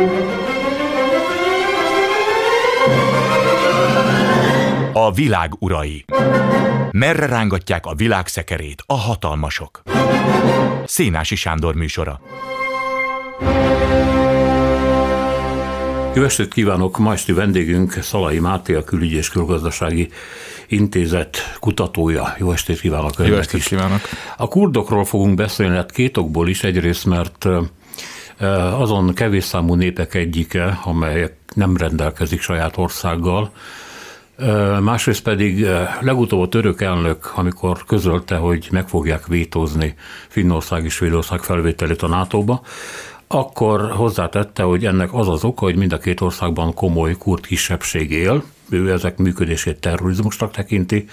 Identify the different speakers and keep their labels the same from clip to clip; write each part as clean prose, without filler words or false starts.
Speaker 1: A világ urai. Merre rángatják a világ szekerét a hatalmasok? Szénási Sándor műsora.
Speaker 2: Jó estét kívánok! Ma esti vendégünk Szalai Máté, a Külügyi és Külgazdasági Intézet kutatója. Jó estét kívánok!
Speaker 3: Jó estét kívánok!
Speaker 2: A kurdokról fogunk beszélni, hát két okból is. Egyrészt, mert azon kevés számú népek egyike, amelyek nem rendelkezik saját országgal. Másrészt pedig legutóbb a török elnök, amikor közölte, hogy meg fogják vétózni Finnország és Svédország felvételét a NATO-ba, akkor hozzátette, hogy ennek az az oka, hogy mind a két országban komoly kurd kisebbség él, ő ezek működését terrorizmusnak tekinti,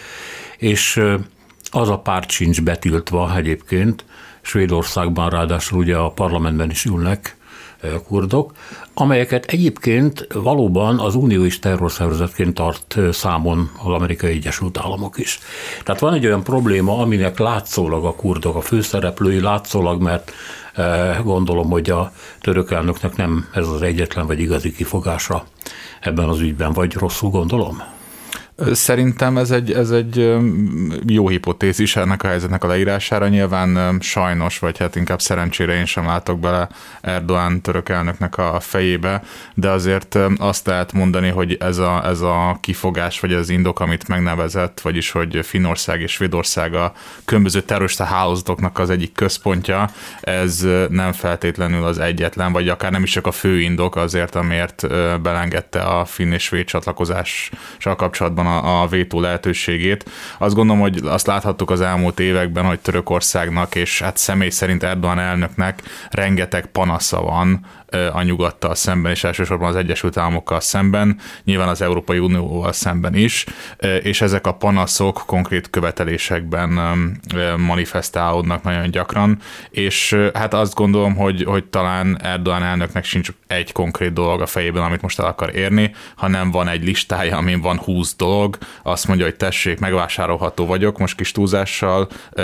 Speaker 2: és az a párt sincs betiltva egyébként, Svédországban ráadásul ugye a parlamentben is ülnek kurdok, amelyeket egyébként valóban az Unió is terrorszervezetként tart számon az Amerikai Egyesült Államok is. Tehát van egy olyan probléma, aminek látszólag a kurdok a főszereplői, látszólag, mert gondolom, hogy a török elnöknek nem ez az egyetlen vagy igazi kifogása ebben az ügyben, vagy rosszul gondolom?
Speaker 3: Szerintem ez egy jó hipotézis ennek a helyzetnek a leírására. Nyilván sajnos, vagy hát inkább szerencsére én sem látok bele Erdoğan török elnöknek a fejébe, de azért azt lehet mondani, hogy ez a kifogás, vagy az indok, amit megnevezett, vagyis hogy Finnország és Svédország a különböző terrorista hálózatoknak az egyik központja, ez nem feltétlenül az egyetlen, vagy akár nem is csak a fő indok azért, amiért belengedte a finn és svéd csatlakozással kapcsolatban a vétó lehetőségét. Azt gondolom, hogy azt láthattuk az elmúlt években, hogy Törökországnak és hát személy szerint Erdoğan elnöknek rengeteg panasza van a nyugattal szemben, és elsősorban az Egyesült Államokkal szemben, nyilván az Európai Unióval szemben is, és ezek a panaszok konkrét követelésekben manifestálódnak nagyon gyakran, és hát azt gondolom, hogy talán Erdoğan elnöknek sincs egy konkrét dolog a fejében, amit most el akar érni, hanem van egy listája, amin van 20 dolog, azt mondja, hogy tessék, megvásárolható vagyok, most kis túlzással,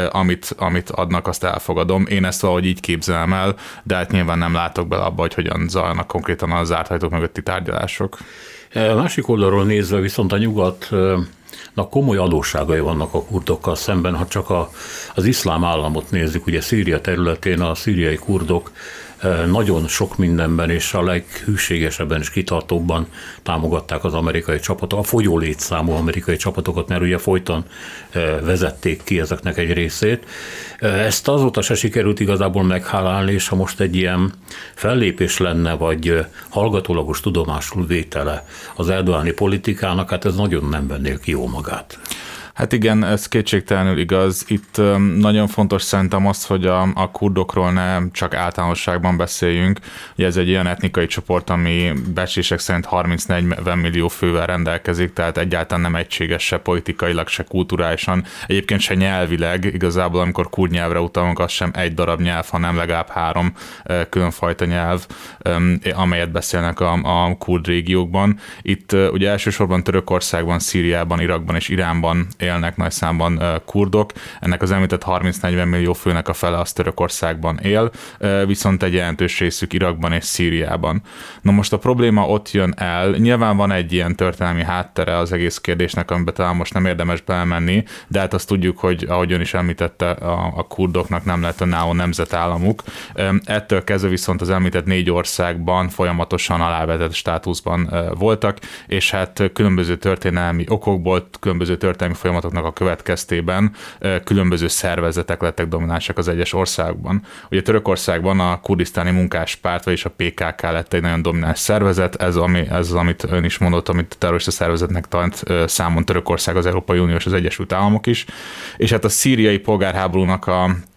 Speaker 3: amit adnak, azt elfogadom. Én ezt valahogy így képzelem el, de hát nyilván nem látok bele abba, hogy hogyan zajlanak konkrétan a zárt ajtók mögötti tárgyalások.
Speaker 2: Másik oldalról nézve viszont a nyugatnak komoly adósságai vannak a kurdokkal szemben, ha csak az iszlám államot nézzük, ugye Szíria területén a szíriai kurdok nagyon sok mindenben és a leghűségesebben és kitartóbban támogatták az amerikai csapatok, a folyó létszámú amerikai csapatokat, mert ugye folyton vezették ki ezeknek egy részét. Ezt azóta se sikerült igazából meghálálni, és ha most egy ilyen fellépés lenne, vagy hallgatólagos tudomásul vétele az Erdoğani politikának, hát ez nagyon nem vennél ki jó magát.
Speaker 3: Hát igen, ez kétségtelenül igaz. Itt nagyon fontos szerintem az, hogy a kurdokról ne csak általánosságban beszéljünk. Ugye ez egy ilyen etnikai csoport, ami becslések szerint 30-40 millió fővel rendelkezik, tehát egyáltalán nem egységes se politikailag, se kulturálisan, egyébként se nyelvileg. Igazából amikor kurd nyelvre utalunk, az sem egy darab nyelv, hanem legalább 3 különfajta nyelv, amelyet beszélnek a kurd régiókban. Itt ugye elsősorban Törökországban, Szíriában, Irakban és Iránban élnek nagy számban kurdok. Ennek az említett 30-40 millió főnek a fele az Törökországban él, viszont egy jelentős részük Irakban és Szíriában. Na most a probléma ott jön el. Nyilván van egy ilyen történelmi háttere az egész kérdésnek, amiben talán most nem érdemes belemenni, de hát azt tudjuk, hogy ahogy ön is említette, a kurdoknak nem lett önálló nemzetállamuk. Ettől kezdve viszont az említett 4 országban folyamatosan alávetett státuszban voltak, és hát különböző történelmi okokból, különböző történelmi folyamatoknak a következtében különböző szervezetek lettek dominánsak az egyes országokban. Ugye Törökországban a kurdisztáni munkáspárt, vagyis a PKK lett egy nagyon domináns szervezet, ez az, amit ön is mondott, amit terrorista szervezetnek tart számon Törökország, az Európai Unió és az Egyesült Államok is. És hát a szíriai polgárháborúnak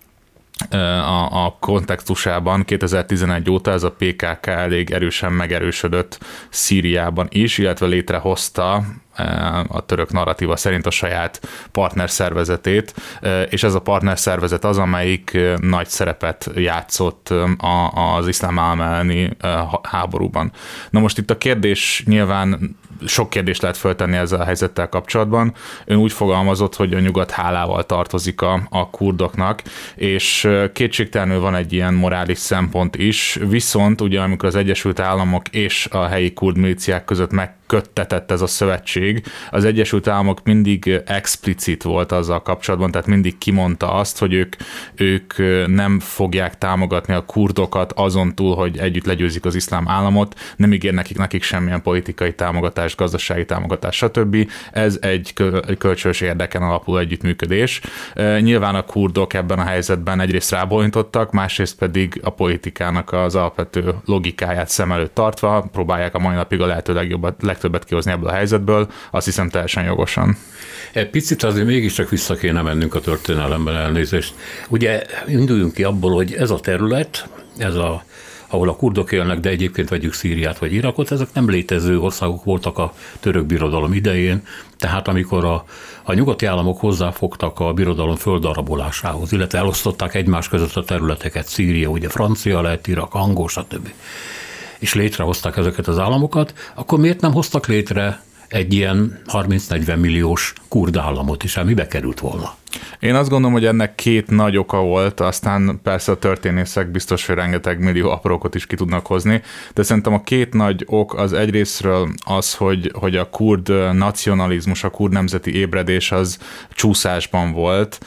Speaker 3: a kontextusában 2011 óta ez a PKK elég erősen megerősödött Szíriában is, illetve létrehozta a török narratíva szerint a saját partnerszervezetét, és ez a partnerszervezet az, amelyik nagy szerepet játszott az iszlám állam elleni háborúban. Na most itt a kérdés nyilván sok kérdést lehet föltenni ezzel a helyzettel kapcsolatban. Ön úgy fogalmazott, hogy a nyugat hálával tartozik a kurdoknak, és kétségtelenül van egy ilyen morális szempont is, viszont ugye amikor az Egyesült Államok és a helyi kurd milíciák között megköttetett ez a szövetség, az Egyesült Államok mindig explicit volt azzal kapcsolatban, tehát mindig kimondta azt, hogy ők nem fogják támogatni a kurdokat azon túl, hogy együtt legyőzik az iszlám államot, nem ígér nekik semmilyen politikai támogatás, gazdasági támogatás, stb. Ez egy kölcsönös érdeken alapuló együttműködés. Nyilván a kurdok ebben a helyzetben egyrészt rábólintottak, másrészt pedig a politikának az alapvető logikáját szem előtt tartva próbálják a mai napig a lehető legtöbbet kihozni ebből a helyzetből, azt hiszem teljesen jogosan.
Speaker 2: Egy picit azért mégiscsak vissza kéne mennünk a történelemben, elnézést. Ugye induljunk ki abból, hogy ez a terület, ahol a kurdok élnek, de egyébként vegyük Szíriát vagy Irakot, ezek nem létező országok voltak a török birodalom idején, tehát amikor a nyugati államok hozzáfogtak a birodalom földarabolásához, illetve elosztották egymás között a területeket, Szíria, ugye francia lett, Irak, angol, stb. És létrehozták ezeket az államokat, akkor miért nem hoztak létre egy ilyen 30-40 milliós kurd államot is, mibe került volna?
Speaker 3: Én azt gondolom, hogy ennek két nagy oka volt, aztán persze a történészek biztos, hogy rengeteg millió aprókot is ki tudnak hozni, de szerintem a két nagy ok az egyrésztről az, hogy a kurd nacionalizmus, a kurd nemzeti ébredés az csúszásban volt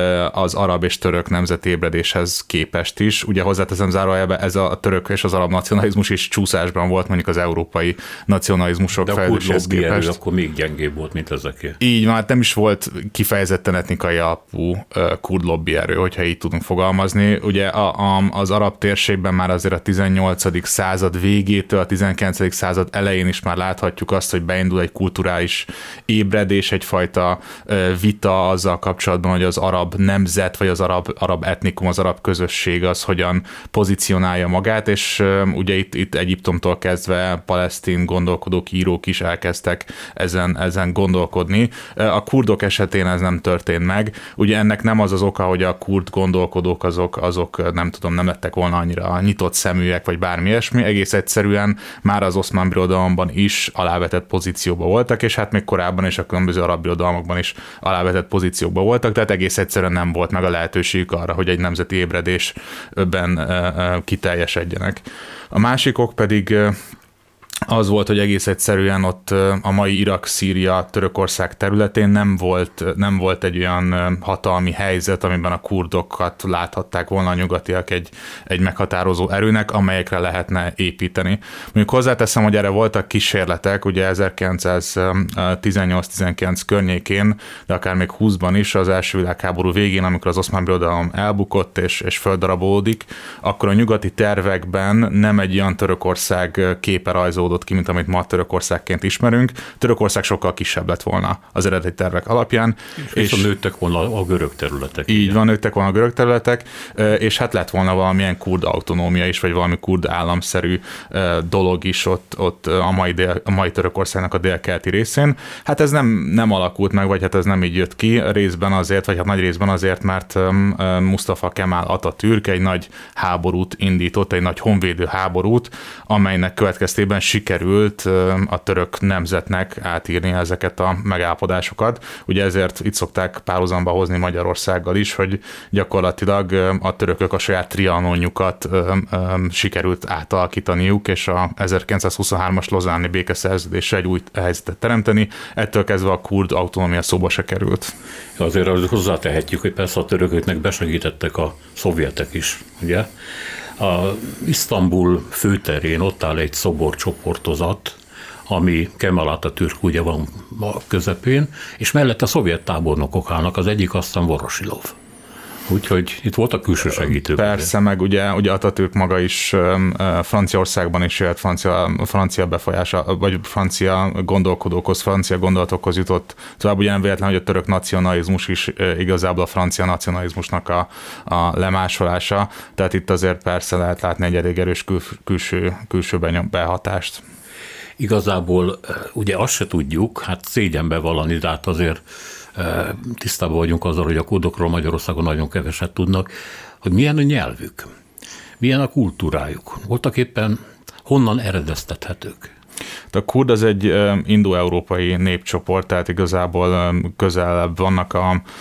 Speaker 3: az arab és török nemzeti ébredéshez képest is. Ugye hozzáteszem zárójelbe, ez a török és az arab nacionalizmus is csúszásban volt mondjuk az európai nacionalizmusok fejlődéséhez képest. De a kurd lobby
Speaker 2: akkor még gyengébb volt, mint ezeké.
Speaker 3: Így van, hát nem is volt kifejezetten etnikai alapú kurd lobby erő, hogyha így tudunk fogalmazni. Ugye az arab térségben már azért a 18. század végétől a 19. század elején is már láthatjuk azt, hogy beindul egy kulturális ébredés, egyfajta vita azzal kapcsolatban, hogy az arab nemzet, vagy az arab etnikum, az arab közösség az hogyan pozícionálja magát, és ugye itt Egyiptomtól kezdve palesztin gondolkodók, írók is elkezdtek ezen gondolkodni. A kurdok esetén ez nem történt meg. Ugye ennek nem az az oka, hogy a kurd gondolkodók azok nem lettek volna annyira nyitott szeműek, vagy bármi ilyesmi, egész egyszerűen már az Oszmán Birodalomban is alávetett pozícióban voltak, és hát még korábban és a különböző arab birodalmakban is alávetett pozícióban voltak, tehát egész egyszerűen nem volt meg a lehetőségük arra, hogy egy nemzeti ébredésben kiteljesedjenek. A másik ok pedig az volt, hogy egész egyszerűen ott a mai Irak, Szíria, Törökország területén nem volt egy olyan hatalmi helyzet, amiben a kurdokat láthatták volna a nyugatiak egy meghatározó erőnek, amelyekre lehetne építeni. Mondjuk hozzáteszem, hogy erre voltak kísérletek, ugye 1918-19 környékén, de akár még 20-ban is, az első világháború végén, amikor az Oszmán Birodalom elbukott és földarabolódik, akkor a nyugati tervekben nem egy olyan Törökország képe rajzolódott ki, mint amit ma Törökországként ismerünk. Törökország sokkal kisebb lett volna az eredeti tervek alapján.
Speaker 2: És nőttek volna a görög területek.
Speaker 3: Így van, nőttek volna a görög területek, és hát lett volna valamilyen kurd autonómia is, vagy valami kurd államszerű dolog is ott a mai Törökországnak a délkeleti részén. Hát ez nem alakult meg, vagy hát ez nem így jött ki, részben azért, vagy hát nagy részben azért, mert Mustafa Kemal Atatürk egy nagy háborút indított, egy nagy honvédő háborút, amelynek következtében sikerült a török nemzetnek átírni ezeket a megállapodásokat. Ugye ezért itt szokták párhuzamba hozni Magyarországgal is, hogy gyakorlatilag a törökök a saját trianonjukat sikerült átalakítaniuk, és a 1923-as lozáni békeszerződéssel egy új helyzetet teremteni. Ettől kezdve a kurd autonómia szóba se került.
Speaker 2: Azért hozzátehetjük, hogy persze a törököknek besegítettek a szovjetek is, ugye? A Isztambul főterén ott áll egy szoborcsoportozat, ami Kemal Atatürk ugye van a közepén, és mellett a szovjet tábornokok állnak, az egyik aztán Vorosilov. Úgyhogy itt voltak külső segítők.
Speaker 3: Persze, meg ugye Atatürk maga is Franciaországban is élt, francia befolyása, vagy francia gondolkodókhoz, francia gondolatokhoz jutott. Tovább ugye nem véletlen, hogy a török nacionalizmus is igazából a francia nacionalizmusnak a lemásolása, tehát itt azért persze lehet látni egy elég erős külső behatást.
Speaker 2: igazából ugye azt se tudjuk, hát szégyenbe vallani, de hát azért tisztában vagyunk azzal, hogy a kurdokról Magyarországon nagyon keveset tudnak, hogy milyen a nyelvük, milyen a kultúrájuk, voltak éppen honnan eredeztethetők.
Speaker 3: A kurd az egy indo-európai népcsoport, tehát igazából közelebb vannak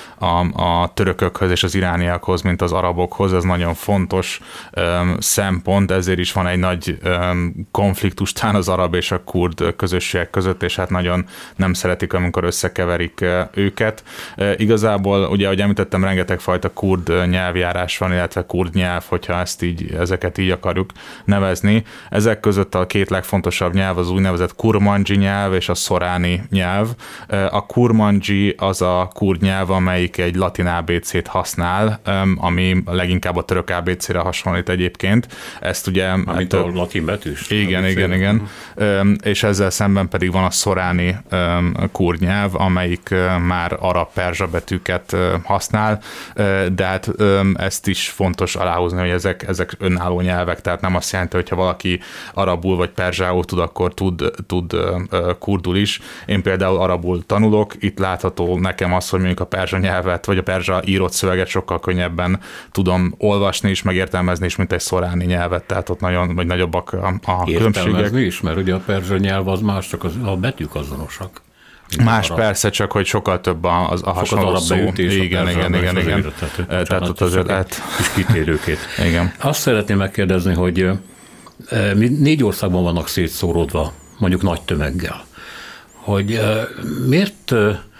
Speaker 3: a törökökhöz és az irániakhoz, mint az arabokhoz. Ez nagyon fontos szempont, ezért is van egy nagy konfliktus talán az arab és a kurd közösségek között, és hát nagyon nem szeretik, amikor összekeverik őket. Igazából, ugye, ahogy említettem, rengeteg fajta kurd nyelvjárás van, illetve kurd nyelv, hogyha ezeket így akarjuk nevezni. Ezek között a két legfontosabb nyelv az úgynevezett kurmandzsi nyelv és a szoráni nyelv. A kurmandzsi az a kurd nyelv, amelyik egy latin ABC-t használ, ami leginkább a török ABC-re hasonlít egyébként. Ezt ugye...
Speaker 2: Mint a latin betűs?
Speaker 3: Igen. És ezzel szemben pedig van a szoráni kurd nyelv, amelyik már arab-perzsa betűket használ, de hát ezt is fontos aláhúzni, hogy ezek önálló nyelvek, tehát nem azt jelenti, hogyha valaki arabul vagy perzsául tud, akkor tud kurdul is. Én például arabul tanulok, itt látható nekem az, hogy mondjuk a perzsa nyelvet, vagy a perzsa írott szöveget sokkal könnyebben tudom olvasni és megértelmezni is, mint egy szoráni nyelvet, tehát ott vagy nagyobbak a különbségek.
Speaker 2: Értelmezni is, mert ugye a perzsa nyelv az más, csak a betűk azonosak.
Speaker 3: Más persze, csak hogy sokkal több a hasonló szó. Igen. Tehát ott azért lehet.
Speaker 2: Kis kitérőkét.
Speaker 3: Igen.
Speaker 2: Azt szeretném megkérdezni, hogy 4 országban vannak szétszóródva, mondjuk nagy tömeggel, hogy miért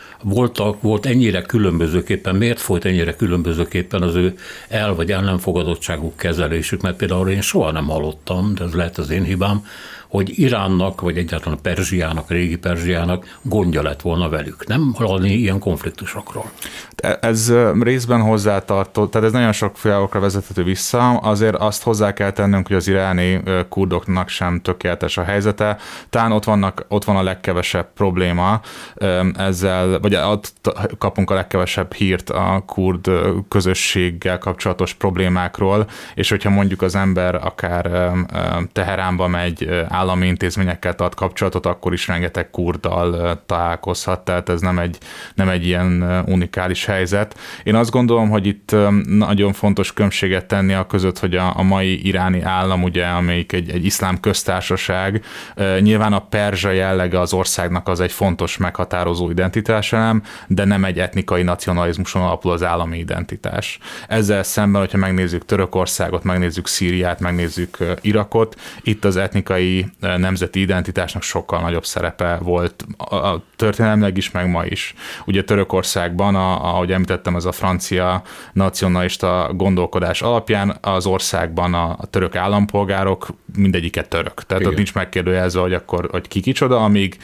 Speaker 2: volt ennyire különbözőképpen, miért folyt ennyire különbözőképpen az ő vagy el nem fogadottságuk kezelésük, mert például én soha nem hallottam, de ez lehet az én hibám, hogy Iránnak, vagy egyáltalán a Perzsiának, a régi Perzsiának gondja lett volna velük. Nem hallani ilyen konfliktusokról.
Speaker 3: Ez részben hozzátartott, tehát ez nagyon sokféle okra vezethető vissza. Azért azt hozzá kell tennünk, hogy az iráni kurdoknak sem tökéletes a helyzete. Talán ott van a legkevesebb probléma ezzel, vagy ott kapunk a legkevesebb hírt a kurd közösséggel kapcsolatos problémákról, és hogyha mondjuk az ember akár Teheránba megy, állami intézményekkel tart kapcsolatot, akkor is rengeteg kurddal találkozhat, tehát ez nem egy ilyen unikális helyzet. Én azt gondolom, hogy itt nagyon fontos különbséget tenni a között, hogy a mai iráni állam, ugye, amelyik egy iszlám köztársaság, nyilván a perzsa jellege az országnak az egy fontos meghatározó identitáselem, de nem egy etnikai nacionalizmuson alapul az állami identitás. Ezzel szemben, hogyha megnézzük Törökországot, megnézzük Szíriát, megnézzük Irakot, itt az etnikai nemzeti identitásnak sokkal nagyobb szerepe volt történelmileg is, meg ma is. Ugye Törökországban, ahogy említettem, ez a francia nacionalista gondolkodás alapján az országban a török állampolgárok mindegyike török. Tehát ott nincs megkérdőjelezve, hogy ki kicsoda,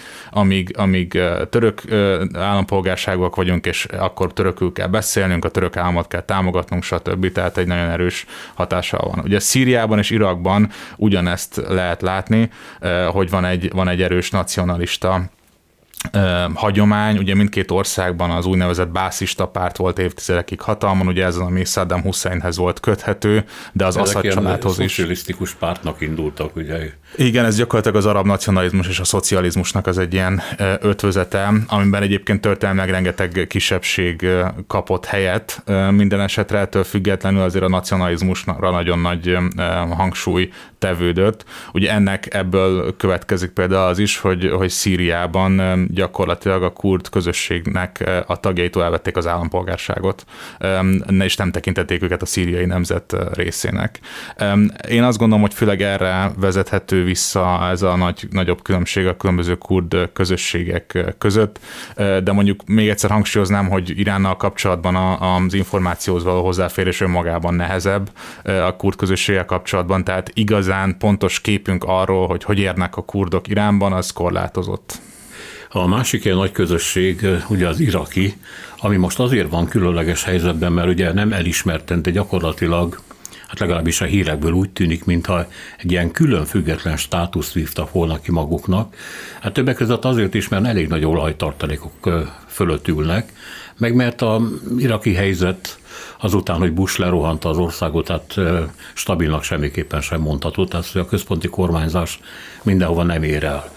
Speaker 3: amíg török állampolgárságúak vagyunk, és akkor törökül kell beszélnünk, a török államot kell támogatnunk, stb. Tehát egy nagyon erős hatással van. Ugye Szíriában és Irakban ugyanezt lehet látni, hogy van egy erős nacionalista hagyomány, ugye mindkét országban az úgynevezett bászista párt volt évtizedekig hatalmon, ugye ez az, ami Saddam Husseinhez volt köthető, de az Assad családhoz is.
Speaker 2: Szocialisztikus pártnak indultak, ugye?
Speaker 3: Igen, ez gyakorlatilag az arab nacionalizmus és a szocializmusnak az egy ilyen ötvözete, amiben egyébként történelmileg rengeteg kisebbség kapott helyet. Minden esetre ettől függetlenül azért a nacionalizmusra nagyon nagy hangsúly tevődött. Ugye ebből következik például az is, hogy Szíriában gyakorlatilag a kurd közösségnek a tagjaitól elvették az állampolgárságot, és nem tekintették őket a szíriai nemzet részének. Én azt gondolom, hogy főleg erre vezethető vissza ez a nagyobb különbség a különböző kurd közösségek között, de mondjuk még egyszer hangsúlyoznám, hogy Iránnal kapcsolatban az információhoz való hozzáférés önmagában nehezebb a kurd közösséggel kapcsolatban, tehát igazán pontos képünk arról, hogy érnek a kurdok Iránban, az korlátozott.
Speaker 2: A másik ilyen nagy közösség ugye az iraki, ami most azért van különleges helyzetben, mert ugye nem elismerten, de gyakorlatilag, hát legalábbis a hírekből úgy tűnik, mintha egy ilyen külön független státuszt vívtak volna ki maguknak. Hát többek között azért is, mert elég nagy olajtartalékok fölött ülnek, meg mert az iraki helyzet azután, hogy Bush lerohanta az országot, tehát stabilnak semmiképpen sem mondható, tehát hogy a központi kormányzás mindenhova nem ér el.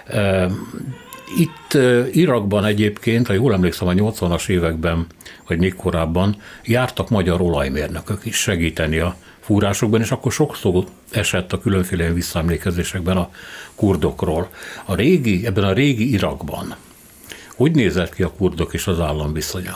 Speaker 2: Itt Irakban egyébként, ha jól emlékszem, a 80-as években, vagy még korábban jártak magyar olajmérnökök is segíteni a fúrásokban, és akkor sokszor esett a különféle visszaemlékezésekben a kurdokról. Ebben a régi Irakban hogy nézett ki a kurdok és az állam viszonya?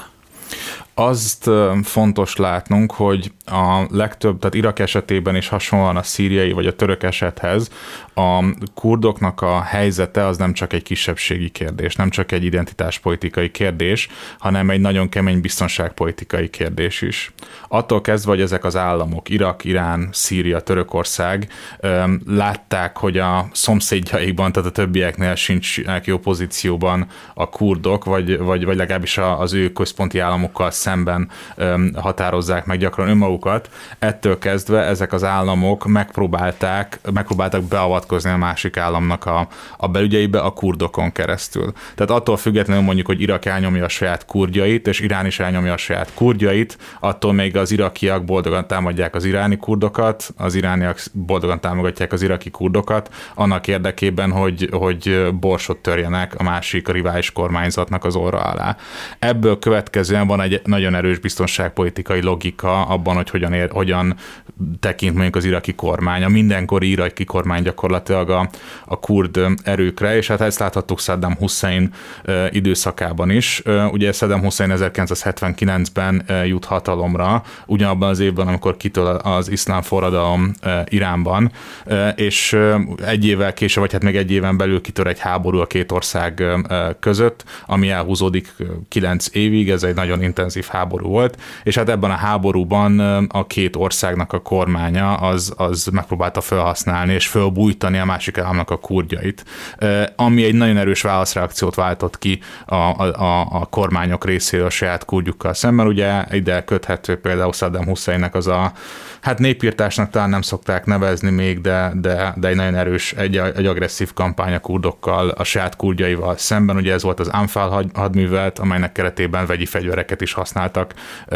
Speaker 3: Azt fontos látnunk, hogy a legtöbb, tehát Irak esetében is hasonlóan a szíriai vagy a török esethez, a kurdoknak a helyzete az nem csak egy kisebbségi kérdés, nem csak egy identitáspolitikai kérdés, hanem egy nagyon kemény biztonságpolitikai kérdés is. Attól kezdve, hogy ezek az államok, Irak, Irán, Szíria, Törökország látták, hogy a szomszédjaikban, tehát a többieknél sincsenek jó pozícióban a kurdok, vagy legalábbis az ő központi államokkal szemben határozzák meg gyakran önmagukat. Ettől kezdve ezek az államok megpróbáltak beavatkozni a másik államnak a belügyeibe a kurdokon keresztül. Tehát attól függetlenül mondjuk, hogy Irak elnyomja a saját kurdjait, és Irán is elnyomja a saját kurdjait, attól még az irakiak boldogan támadják az iráni kurdokat, az irániak boldogan támogatják az iraki kurdokat, annak érdekében, hogy borsot törjenek a másik, a rivális kormányzatnak az orra alá. Ebből következően van egy nagyon erős biztonságpolitikai logika abban, hogy hogyan tekint mondjuk az iraki kormány, a mindenkori iraki kormány gyakorlatilag a kurd erőkre, és hát ezt láthattuk Saddam Hussein időszakában is. Ugye Saddam Hussein 1979-ben jut hatalomra, ugyanabban az évben, amikor kitől az iszlám forradalom Iránban, és egy évvel később, vagy hát még egy éven belül kitör egy háború a két ország között, ami elhúzódik 9 évig, ez egy nagyon intenzív háború volt, és hát ebben a háborúban a két országnak a kormánya az megpróbálta felhasználni és fölbújtani a másik államnak a kurdjait, ami egy nagyon erős válaszreakciót váltott ki a kormányok részéről a saját kurdjukkal szemben. Ugye ide köthető például Saddam Husseinnek az hát népírtásnak talán nem szokták nevezni még, de egy nagyon erős, egy agresszív kampány a kurdokkal, a saját kurdjaival szemben. Ugye ez volt az Anfal hadművelet, amelynek keretében vegyi fegyvereket is használtak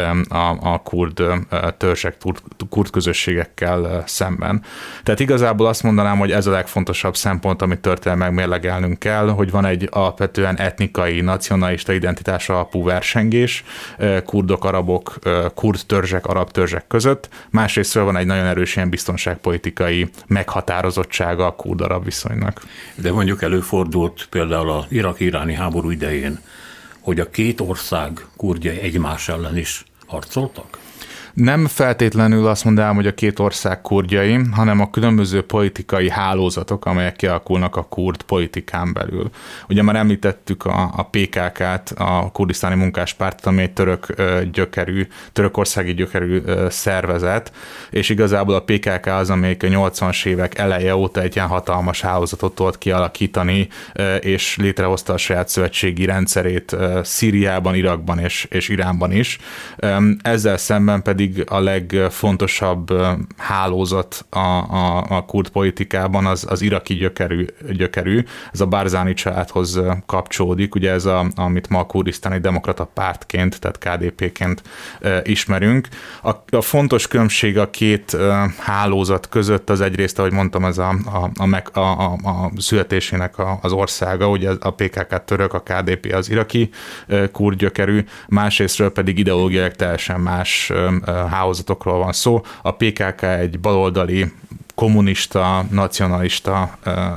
Speaker 3: a kurd törzsek, kurd közösségekkel szemben. Tehát igazából azt mondanám, hogy ez a legfontosabb szempont, amit történelmileg mérlegelnünk kell, hogy van egy alapvetően etnikai, nacionalista identitás alapú versengés kurdok, arabok, kurd törzsek, arab törzsek között. Másrésztről van egy nagyon erős ilyen biztonságpolitikai meghatározottsága a kurd-arab viszonynak.
Speaker 2: De mondjuk előfordult például az iraki-iráni háború idején, hogy a két ország kurdjai egymás ellen is harcoltak?
Speaker 3: Nem feltétlenül azt mondanám, hogy a két ország kurdjai, hanem a különböző politikai hálózatok, amelyek kialakulnak a kurd politikán belül. Ugye már említettük a PKK-t, a Kurdisztáni Munkáspártot, ami egy törökországi gyökerű szervezet, és igazából a PKK az, amelyik a 80-as évek eleje óta egy ilyen hatalmas hálózatot tudott kialakítani, és létrehozta a saját szövetségi rendszerét Szíriában, Irakban és Iránban is. Ezzel szemben pedig a legfontosabb hálózat a kurd politikában az iraki gyökerű, ez a Barzani családhoz kapcsolódik, ugye ez amit ma a Kurdisztáni Demokrata Pártként, tehát KDP-ként ismerünk. A fontos különbség a két hálózat között az egyrészt, ahogy mondtam, ez a születésének az országa, ugye a PKK török, a KDP az iraki kurd gyökerű, másrésztről pedig ideológiailag teljesen más hálózatokról van szó. A PKK egy baloldali, kommunista, nacionalista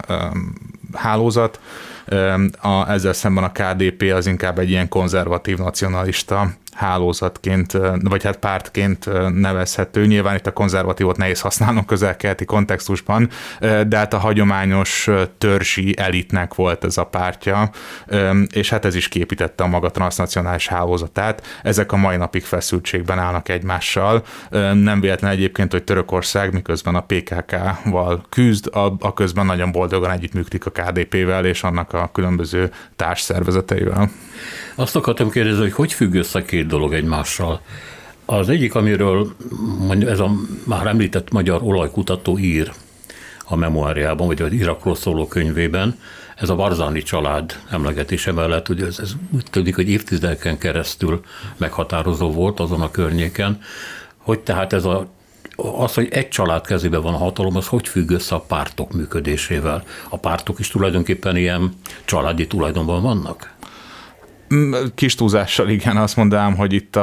Speaker 3: hálózat, ezzel szemben a KDP az inkább egy ilyen konzervatív, nacionalista hálózatként, vagy hát pártként nevezhető. Nyilván itt a konzervatívot nehéz használnunk közel-keleti kontextusban, de hát a hagyományos törzsi elitnek volt ez a pártja, és hát ez is képítette a maga transznacionális hálózatát. Ezek a mai napig feszültségben állnak egymással. Nem véletlen egyébként, hogy Törökország miközben a PKK-val küzd, a közben nagyon boldogan együttműködik a KDP-vel és annak a különböző társszervezeteivel.
Speaker 2: Azt akartam kérdezni, hogy függ össze két dolog egymással. Az egyik, amiről ez a már említett magyar olajkutató ír, a memoáriában, vagy az Irakról szóló könyvében, ez a Barzani család emlegetése mellett, ugye ez úgy tűnik, hogy évtizedeken keresztül meghatározó volt azon a környéken, hogy tehát az, hogy egy család kezében van a hatalom, az hogy függ össze a pártok működésével? A pártok is tulajdonképpen ilyen családi tulajdonban vannak?
Speaker 3: Kis túlzással igen, azt mondanám, hogy itt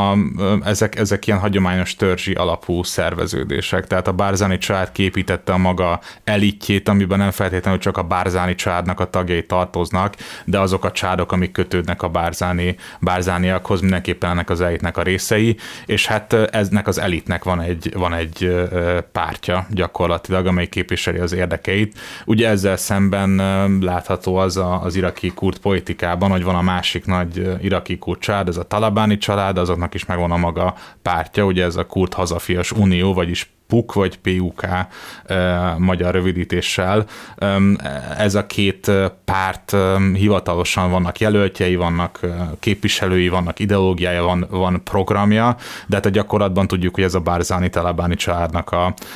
Speaker 3: ezek ilyen hagyományos törzsi alapú szerveződések. Tehát a Barzani család képítette a maga elitjét, amiben nem feltétlenül csak a Barzani családnak a tagjai tartoznak, de azok a családok, amik kötődnek a Barzániakhoz, mindenképpen ennek az elitnek a részei, és hát eznek az elitnek van egy pártja gyakorlatilag, amely képviseli az érdekeit. Ugye ezzel szemben látható az iraki kurd politikában, hogy van a másik nagy iraki kurd család, ez a talabáni család, azoknak is megvan a maga pártja, ugye ez a Kurd Hazafias Unió, vagyis PUK vagy PUK magyar rövidítéssel. Ez a két párt hivatalosan vannak jelöltjei, vannak képviselői, vannak ideológiája, van programja, de hát a gyakorlatban tudjuk, hogy ez a Barzani-talabáni családnak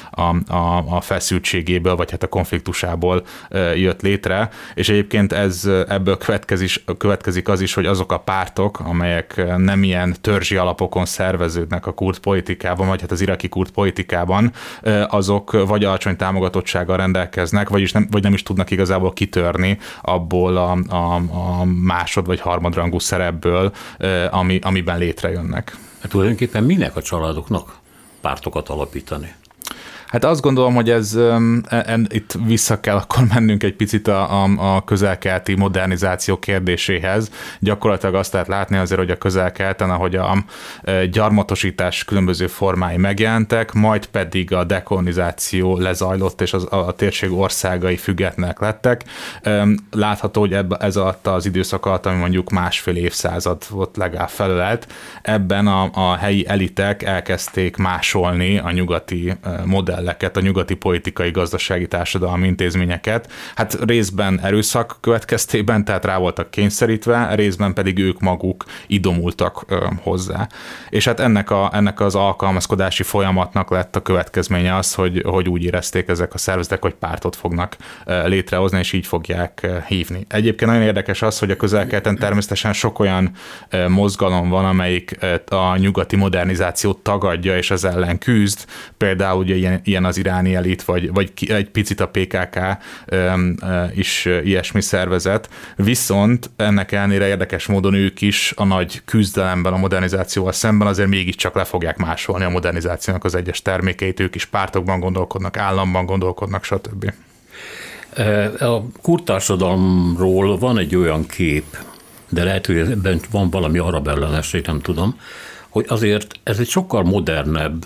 Speaker 3: a feszültségéből, vagy hát a konfliktusából jött létre, és egyébként ebből következik az is, hogy azok a pártok, amelyek nem ilyen törzsi alapokon szerveződnek a kurd politikában, vagy hát az iraki kurd politikában, azok vagy alacsony támogatottsággal rendelkeznek, vagy nem is tudnak igazából kitörni abból a másod- vagy harmadrangú szerepből, amiben létrejönnek.
Speaker 2: Hát tulajdonképpen minek a családoknak pártokat alapítani?
Speaker 3: Hát azt gondolom, hogy itt vissza kell akkor mennünk egy picit a közel-keleti modernizáció kérdéséhez. Gyakorlatilag azt lehet látni azért, hogy a közel-keleten, ahogy a gyarmatosítás különböző formái megjelentek, majd pedig a dekolonizáció lezajlott, és a térség országai függetlenek lettek. Látható, hogy ez alatt az időszak alatt, ami mondjuk másfél évszázad volt legalább felölelt, ebben a helyi elitek elkezdték másolni a nyugati modelleket, a nyugati politikai, gazdasági, társadalmi intézményeket. Hát részben erőszak következtében, tehát rá voltak kényszerítve, részben pedig ők maguk idomultak hozzá. És hát ennek az alkalmazkodási folyamatnak lett a következménye az, hogy úgy érezték ezek a szervezetek, hogy pártot fognak létrehozni, és így fogják hívni. Egyébként nagyon érdekes az, hogy a közel-keleten természetesen sok olyan mozgalom van, amelyik a nyugati modernizációt tagadja, és az ellen küzd. Például ugye ilyen az iráni elit, vagy egy picit a PKK is ilyesmi szervezet. Viszont ennek ellenére érdekes módon ők is a nagy küzdelemben a modernizációval szemben azért mégiscsak le fogják másolni a modernizációnak az egyes termékeit, ők is pártokban gondolkodnak, államban gondolkodnak, stb.
Speaker 2: A kurd társadalomról van egy olyan kép, de lehet, hogy ebben van valami arab ellenesség, nem tudom, hogy azért ez egy sokkal modernebb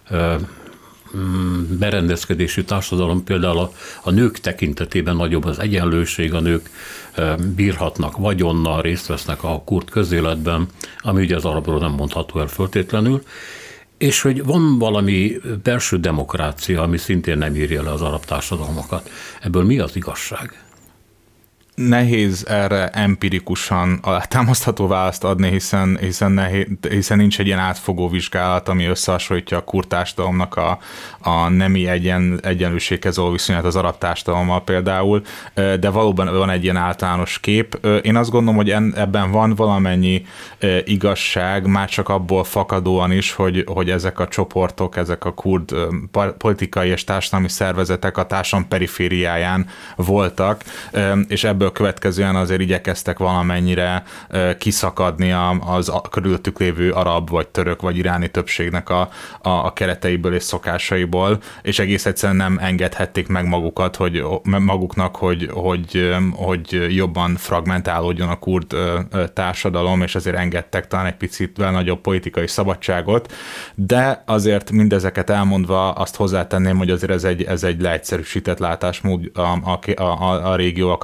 Speaker 2: berendezkedésű társadalom, például a nők tekintetében nagyobb az egyenlőség, a nők bírhatnak vagyonnal, részt vesznek a kurd közéletben, ami ugye az arabról nem mondható el föltétlenül, és hogy van valami belső demokrácia, ami szintén nem írja le az arab társadalmakat. Ebből mi az igazság?
Speaker 3: Nehéz erre empirikusan alátámasztható választ adni, hiszen nincs egy ilyen átfogó vizsgálat, ami összehasonlítja a kurd társadalomnak a nemi egyenlőséghez való viszonyát az arab társadalommal például, de valóban van egy ilyen általános kép. Én azt gondolom, hogy ebben van valamennyi igazság, már csak abból fakadóan is, hogy ezek a csoportok, ezek a kurd politikai és társadalmi szervezetek a társadalom perifériáján voltak, és ebből következően azért igyekeztek valamennyire kiszakadni az körülöttük lévő arab, vagy török, vagy iráni többségnek a kereteiből és szokásaiból, és egész egyszerűen nem engedhették meg maguknak, hogy jobban fragmentálódjon a kurd társadalom, és azért engedtek talán egy picit nagyobb politikai szabadságot, de azért mindezeket elmondva azt hozzátenném, hogy azért ez egy leegyszerűsített látásmód a régióval kapcsolatban, és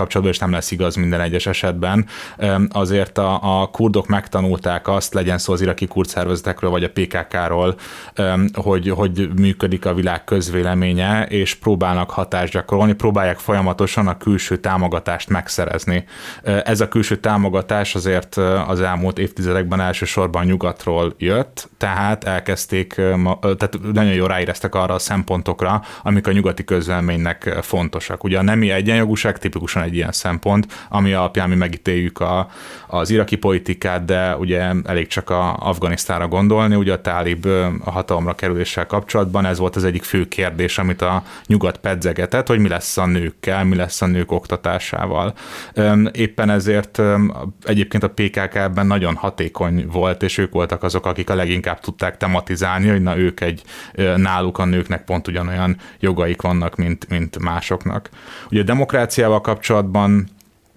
Speaker 3: sem lesz igaz minden egyes esetben. Azért a kurdok megtanulták azt, legyen szó az iraki kurd szervezetekről, vagy a PKK-ról, hogy működik a világ közvéleménye, és próbálnak hatást gyakorolni, próbálják folyamatosan a külső támogatást megszerezni. Ez a külső támogatás azért az elmúlt évtizedekben elsősorban nyugatról jött, tehát tehát nagyon jól ráéreztek arra a szempontokra, amik a nyugati közvéleménynek fontosak. Ugye a nemi egyenjogúság tipikusan egy ilyen szempont, ami alapján mi megítéljük az iraki politikát, de ugye elég csak Afganisztánra gondolni, ugye a tálib a hatalomra kerüléssel kapcsolatban ez volt az egyik fő kérdés, amit a nyugat pedzegetett, hogy mi lesz a nőkkel, mi lesz a nők oktatásával. Éppen ezért egyébként a PKK ebben nagyon hatékony volt, és ők voltak azok, akik a leginkább tudták tematizálni, hogy náluk a nőknek pont ugyanolyan jogaik vannak, mint másoknak. Ugye a demokráciával kapcsolatban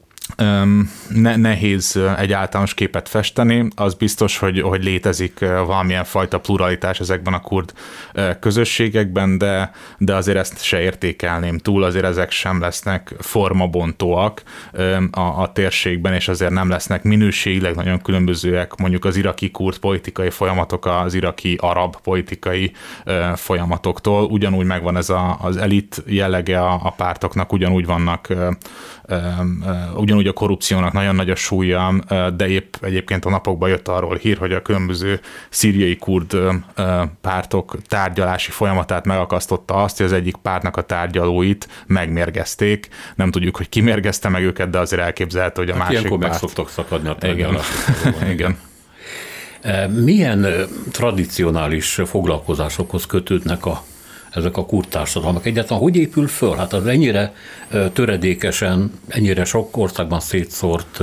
Speaker 3: nehéz egy általános képet festeni, az biztos, hogy létezik valamilyen fajta pluralitás ezekben a kurd közösségekben, de azért ezt se értékelném túl, azért ezek sem lesznek formabontóak a térségben, és azért nem lesznek minőségileg nagyon különbözőek mondjuk az iraki kurd politikai folyamatok az iraki arab politikai folyamatoktól. Ugyanúgy megvan ez az elit jellege a pártoknak, ugyanúgy vannak ugyanúgy a korrupciónak nagyon nagy a súlya, de épp egyébként a napokban jött arról hír, hogy a különböző szíriai kurd pártok tárgyalási folyamatát megakasztotta azt, hogy az egyik pártnak a tárgyalóit megmérgezték. Nem tudjuk, hogy ki mérgezte meg őket, de azért elképzelhető, hogy a másik
Speaker 2: ilyenkor
Speaker 3: párt...
Speaker 2: meg szoktak szakadni a
Speaker 3: tárgyalások. Igen.
Speaker 2: Milyen tradicionális foglalkozásokhoz kötődnek ezek a kurd társadalmak? Egyáltalán hogy épül föl? Hát az ennyire töredékesen, ennyire sok országban szétszórt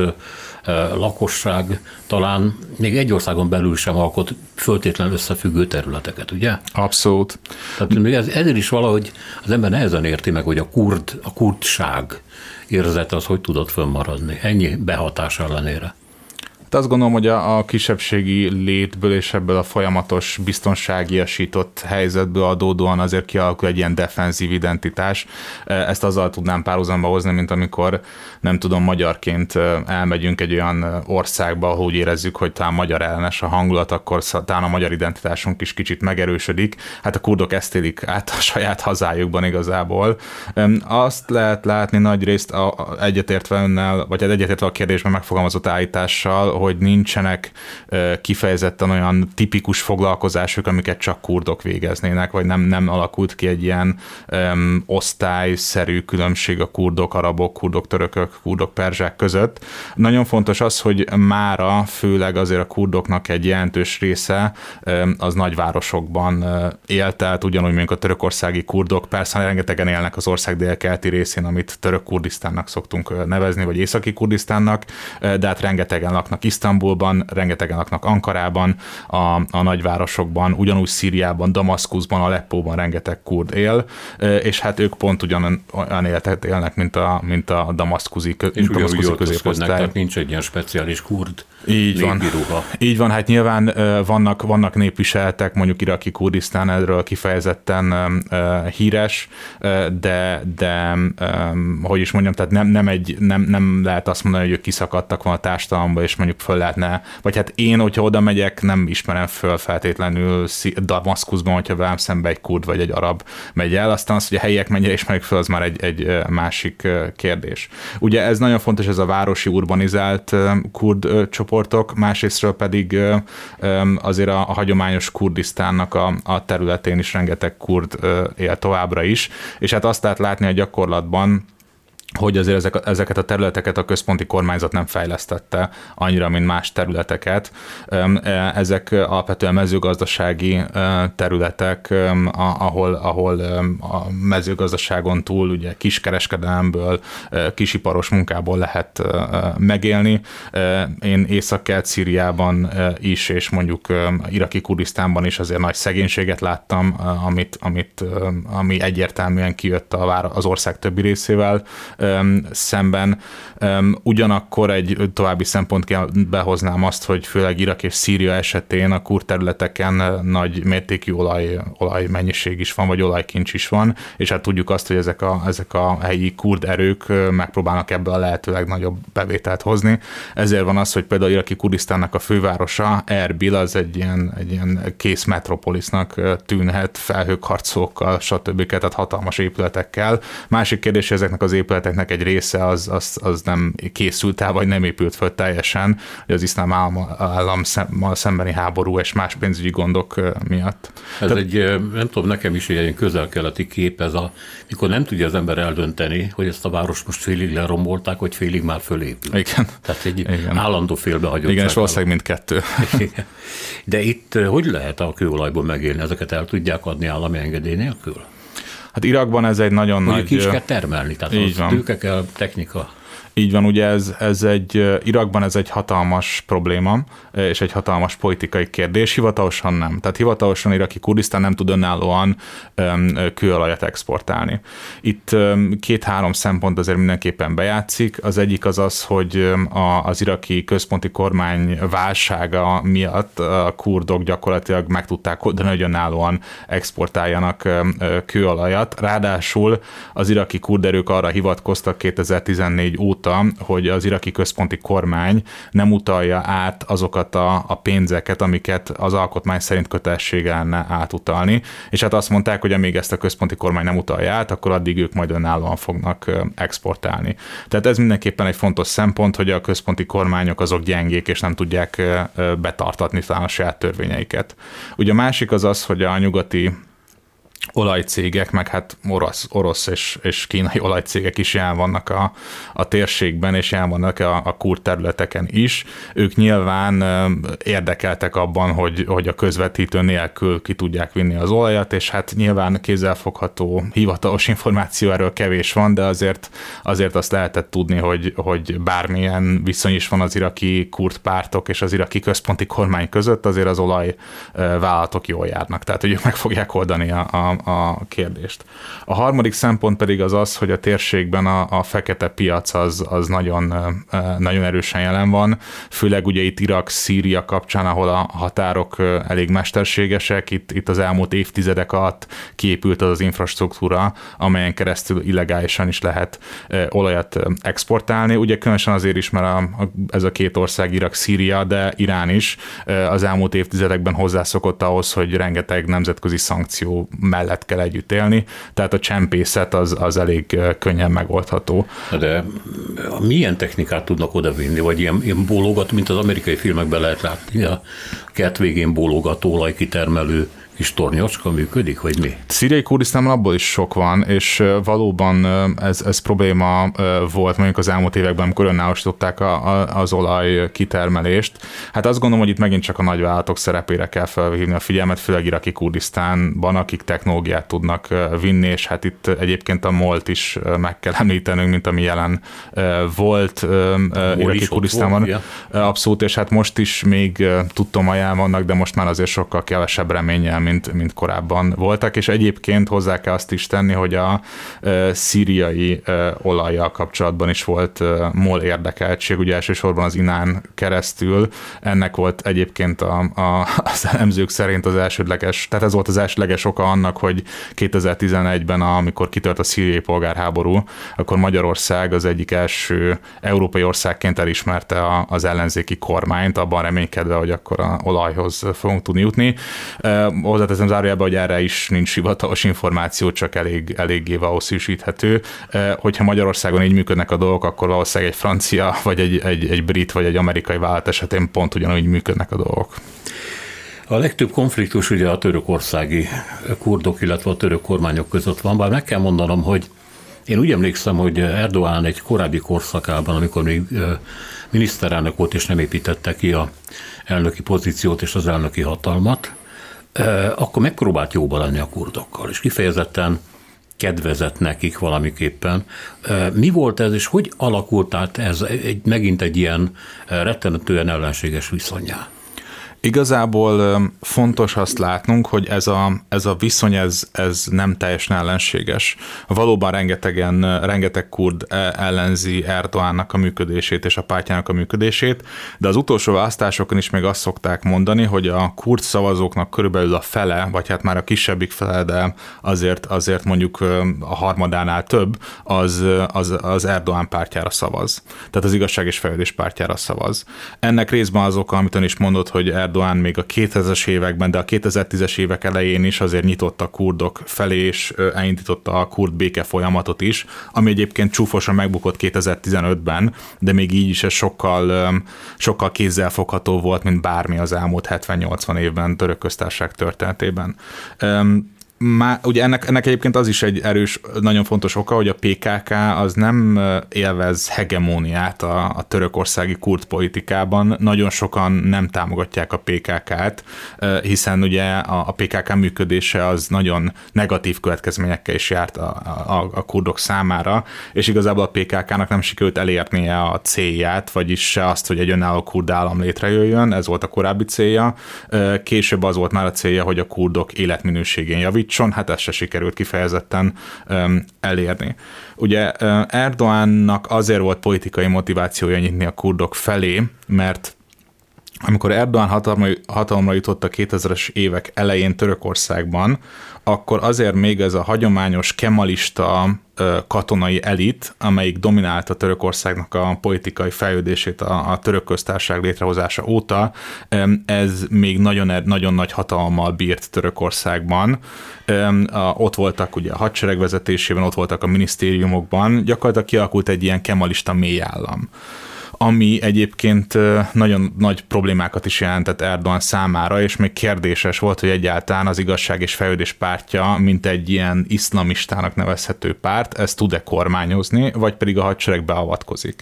Speaker 2: lakosság talán még egy országon belül sem alkot föltétlenül összefüggő területeket, ugye?
Speaker 3: Abszolút.
Speaker 2: Tehát ezért is valahogy az ember nehezen érti meg, hogy a kurdság érzete az hogy tudott fönnmaradni ennyi behatás ellenére.
Speaker 3: De azt gondolom, hogy a kisebbségi létből és ebből a folyamatos biztonságiasított helyzetből adódóan azért kialakul egy ilyen defenzív identitás. Ezt azzal tudnám párhuzamba hozni, mint amikor nem tudom, magyarként elmegyünk egy olyan országba, ahol úgy érezzük, hogy talán magyar ellenes a hangulat, akkor talán a magyar identitásunk is kicsit megerősödik. Hát a kurdok ezt élik át a saját hazájukban igazából. Azt lehet látni nagyrészt egyetértve önnel, vagy egyetértve a kérdésben megfogalmazott állítással, hogy nincsenek kifejezetten olyan tipikus foglalkozások, amiket csak kurdok végeznének, vagy nem alakult ki egy ilyen osztályszerű különbség a kurdok, arabok, kurdok, törökök, kurdok, perzsák között. Nagyon fontos az, hogy mára főleg azért a kurdoknak egy jelentős része az nagyvárosokban él, tehát ugyanúgy, mint a törökországi kurdok, persze rengetegen élnek az ország délkeleti részén, amit török Kurdisztánnak szoktunk nevezni, vagy északi Kurdisztánnak, de hát rengetegen laknak Isztambulban, rengetegen laknak Ankarában, a nagyvárosokban, ugyanúgy Szíriában, Damaszkuszban, Aleppóban rengeteg kurd él, és hát ők pont ugyanolyan életet élnek, mint a damaszkuszi középosztály.
Speaker 2: Tehát nincs egy ilyen speciális kurd
Speaker 3: népiruha. Így van, hát nyilván vannak népviseletek, mondjuk iraki Kurdisztán erről kifejezetten híres, de hogy is mondjam, tehát nem lehet azt mondani, hogy ők kiszakadtak volna a társadalomba, és mondjuk föl lehetne, vagy hát én, hogyha oda megyek, nem ismerem föl feltétlenül Damaszkuszban, hogyha velem szembe egy kurd vagy egy arab megy el, aztán az, hogy a helyiek mennyire ismerik föl, az már egy másik kérdés. Ugye ez nagyon fontos, ez a városi urbanizált kurd csoportok, másrésztről pedig azért a hagyományos Kurdisztánnak a területén is rengeteg kurd él továbbra is, és hát azt lehet látni a gyakorlatban, hogy azért ezeket a területeket a központi kormányzat nem fejlesztette annyira, mint más területeket. Ezek alapvetően mezőgazdasági területek, ahol a mezőgazdaságon túl ugye kiskereskedelemből, kisiparos munkából lehet megélni. Én Észak-Kelet-Szíriában is, és mondjuk iraki Kurdisztánban is azért nagy szegénységet láttam, ami egyértelműen kijött az ország többi részével szemben. Ugyanakkor egy további szempontként behoznám azt, hogy főleg Irak és Szíria esetén a kurd területeken nagy mértékű olajmennyiség is van, vagy olajkincs is van, és hát tudjuk azt, hogy ezek a helyi kurd erők megpróbálnak ebből a lehető legnagyobb bevételt hozni. Ezért van az, hogy például iraki Kurdisztánnak a fővárosa, Erbil, az egy ilyen kész metropolisznak tűnhet, felhőkarcolókkal, stb. Tehát hatalmas épületekkel. Másik kérdés, hogy ezeknek az épületeknek egy része az nem készült el, vagy nem épült föl teljesen, hogy az iszlám állammal szembeni háború és más pénzügyi gondok miatt.
Speaker 2: Ez nem tudom, nekem is egy közel-keleti kép, mikor nem tudja az ember eldönteni, hogy ezt a város most félig lerombolták, vagy félig már fölépül.
Speaker 3: Igen.
Speaker 2: Tehát egy állandó félbehagyott.
Speaker 3: Igen, és valószínűleg mindkettő.
Speaker 2: De itt hogy lehet a kőolajból megélni? Ezeket el tudják adni állami engedély nélkül?
Speaker 3: Hát Irakban ez egy nagyon nagy...
Speaker 2: Ki is kell termelni, tehát tőke kell, technika.
Speaker 3: Így van, ugye Irakban ez egy hatalmas probléma, és egy hatalmas politikai kérdés, hivatalosan nem. Tehát hivatalosan iraki Kurdisztán nem tud önállóan kőolajat exportálni. Itt 2-3 szempont azért mindenképpen bejátszik. Az egyik az, hogy az iraki központi kormány válsága miatt a kurdok gyakorlatilag meg tudták oldani, hogy önállóan exportáljanak kőolajat. Ráadásul az iraki kurderők arra hivatkoztak 2014 óta, hogy az iraki központi kormány nem utalja át azokat a pénzeket, amiket az alkotmány szerint kötelessége lenne átutalni, és hát azt mondták, hogy amíg ezt a központi kormány nem utalja át, akkor addig ők majd önállóan fognak exportálni. Tehát ez mindenképpen egy fontos szempont, hogy a központi kormányok azok gyengék, és nem tudják betartatni talán a saját törvényeiket. Ugye a másik az, hogy a nyugati olajcégek, meg hát orosz és kínai olajcégek is jelen vannak a térségben, és jelen vannak a kurd területeken is. Ők nyilván érdekeltek abban, hogy a közvetítő nélkül ki tudják vinni az olajat, és hát nyilván kézzelfogható, hivatalos információ erről kevés van, de azért azt lehetett tudni, hogy bármilyen viszony is van az iraki kurd pártok és az iraki központi kormány között, azért az olajvállalatok jól járnak. Tehát, hogy ők meg fogják oldani a kérdést. A harmadik szempont pedig az, hogy a térségben a fekete piac az nagyon, nagyon erősen jelen van, főleg ugye itt Irak-Szíria kapcsán, ahol a határok elég mesterségesek, itt az elmúlt évtizedek alatt kiépült az infrastruktúra, amelyen keresztül illegálisan is lehet olajat exportálni. Ugye különösen azért is, mert ez a két ország, Irak-Szíria, de Irán is az elmúlt évtizedekben hozzászokott ahhoz, hogy rengeteg nemzetközi szankció mellett kell együtt élni, tehát a csempészet az elég könnyen megoldható.
Speaker 2: De milyen technikát tudnak odavinni, vagy ilyen bólogató, mint az amerikai filmekben lehet látni, a kert végén bólogató, olajkitermelő kis tornyocska működik, vagy mi?
Speaker 3: Szíriai Kurdisztánban abból is sok van, és valóban ez probléma volt mondjuk az elmúlt években, amikor önállósították az olaj kitermelést. Hát azt gondolom, hogy itt megint csak a nagyvállalatok szerepére kell felhívni a figyelmet, főleg iraki Kurdisztánban, akik technológiát tudnak vinni, és hát itt egyébként a MOL-t is meg kell említenünk, mint ami jelen volt iraki Kurdisztánban. Abszolút, és hát most is még tudtom jelen vannak, de most már azért sokkal kevesebb reménnyel, mint korábban voltak, és egyébként hozzá kell azt is tenni, hogy a szíriai olajjal kapcsolatban is volt MOL érdekeltség, ugye elsősorban az Inán keresztül. Ennek volt egyébként az elemzők szerint az elsődleges, tehát ez volt az elsődleges oka annak, hogy 2011-ben, amikor kitört a szíriai polgárháború, akkor Magyarország az egyik első európai országként elismerte az ellenzéki kormányt, abban reménykedve, hogy akkor a olajhoz fogunk tudni jutni. Hozzáteszem zárójelben, hogy erre is nincs hivatalos információ, csak eléggé valószínűsíthető. Hogyha Magyarországon így működnek a dolgok, akkor valószínűleg egy francia, vagy egy brit, vagy egy amerikai vállalat esetén pont ugyanúgy működnek a dolgok.
Speaker 2: A legtöbb konfliktus ugye a törökországi kurdok, illetve a török kormányok között van, bár meg kell mondanom, hogy én úgy emlékszem, hogy Erdoğan egy korábbi korszakában, amikor még miniszterelnök volt, és nem építette ki a elnöki pozíciót és az elnöki hatalmat, akkor megpróbált jóba lenni a kurdokkal, és kifejezetten kedvezett nekik valamiképpen. Mi volt ez, és hogy alakult át ez megint egy ilyen rettenetően ellenséges viszonnyá?
Speaker 3: Igazából fontos azt látnunk, hogy ez a viszony, ez nem teljesen ellenséges. Valóban rengeteg kurd ellenzi Erdoğannak a működését és a pártjának a működését, de az utolsó választásokon is még azt szokták mondani, hogy a kurd szavazóknak körülbelül a fele, vagy hát már a kisebbik fele, de azért mondjuk a harmadánál több, az Erdoğan pártjára szavaz. Tehát az Igazság és Fejlődés pártjára szavaz. Ennek részben az oka, amit ön is mondott, hogy Erdoğan még a 2000-es években, de a 2010-es évek elején is azért nyitott a kurdok felé, és elindította a kurd béke folyamatot is, ami egyébként csúfosan megbukott 2015-ben, de még így is ez sokkal kézzelfogható volt, mint bármi az elmúlt 70-80 évben Török Köztársaság történetében. Ugye ennek egyébként az is egy erős, nagyon fontos oka, hogy a PKK az nem élvez hegemóniát a törökországi kurd politikában. Nagyon sokan nem támogatják a PKK-t, hiszen ugye a PKK működése az nagyon negatív következményekkel is járt a kurdok számára, és igazából a PKK-nak nem sikerült elérnie a célját, vagyis se azt, hogy egy önálló kurd állam létrejöjjön, ez volt a korábbi célja. Később az volt már a célja, hogy a kurdok életminőségén javítson, hát ezt se sikerült kifejezetten elérni. Ugye Erdoğannak azért volt politikai motivációja nyitni a kurdok felé, mert amikor Erdoğan hatalomra jutott a 2000-es évek elején Törökországban, akkor azért még ez a hagyományos kemalista katonai elit, amelyik dominálta Törökországnak a politikai fejlődését a Török Köztársaság létrehozása óta, ez még nagyon nagy hatalommal bírt Törökországban. Ott voltak ugye a hadsereg vezetésében, ott voltak a minisztériumokban, gyakorlatilag kialakult egy ilyen kemalista mélyállam, ami egyébként nagyon nagy problémákat is jelentett Erdoğan számára, és még kérdéses volt, hogy egyáltalán az Igazság és Fejlődés pártja, mint egy ilyen iszlamistának nevezhető párt, ezt tud-e kormányozni, vagy pedig a hadsereg beavatkozik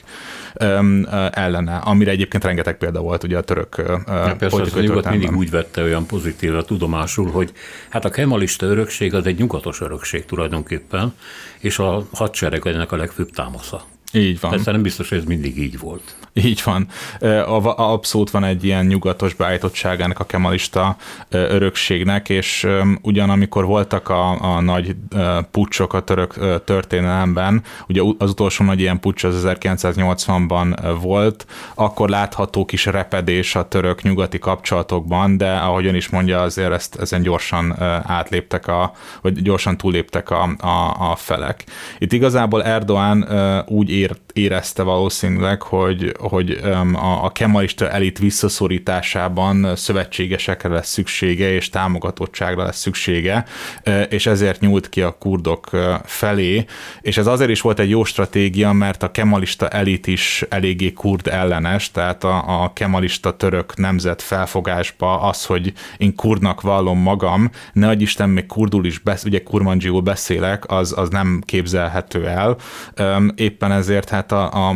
Speaker 3: ellene, amire egyébként rengeteg példa volt ugye a török
Speaker 2: politikai nyugat mindig úgy vette olyan pozitívra tudomásul, hogy hát a kemalista örökség az egy nyugatos örökség tulajdonképpen, és a hadsereg ennek a legfőbb támasza.
Speaker 3: Így van.
Speaker 2: Persze nem biztos, hogy ez mindig így volt.
Speaker 3: Így van. Abszolút van egy ilyen nyugatos beállítottságának a kemalista örökségnek, és ugyan amikor voltak a nagy puccsok a török történelemben, ugye az utolsó nagy ilyen puccs az 1980-ban volt, akkor látható kis repedés a török-nyugati kapcsolatokban, de ahogy ön is mondja, azért ezen gyorsan átléptek, vagy gyorsan túlléptek a felek. Itt igazából Erdoğan úgy érezte valószínűleg, hogy a kemalista elit visszaszorításában szövetségesekre lesz szüksége, és támogatottságra lesz szüksége, és ezért nyúlt ki a kurdok felé, és ez azért is volt egy jó stratégia, mert a kemalista elit is eléggé kurd ellenes, tehát a kemalista török nemzet felfogásba az, hogy én kurdnak vallom magam, ne adj Isten, még kurdul is, ugye kurmandzsiul beszélek, az nem képzelhető el. Éppen ezért hát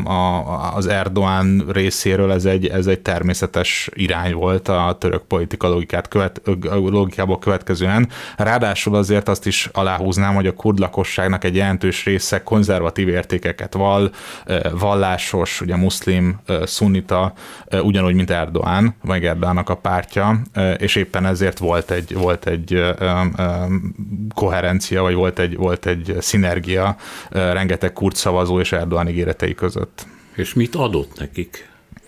Speaker 3: az Erdoğan részéről ez egy természetes irány volt a török politika logikából következően. Ráadásul azért azt is aláhúznám, hogy a kurd lakosságnak egy jelentős része konzervatív értékeket vallásos, ugye muszlim, szunnita, ugyanúgy, mint Erdoğan, vagy Erdoğannak a pártja, és éppen ezért volt egy koherencia, vagy volt egy szinergia rengeteg kurd szavazó és Erdoğan ígéretei között.
Speaker 2: És mit adott nekik?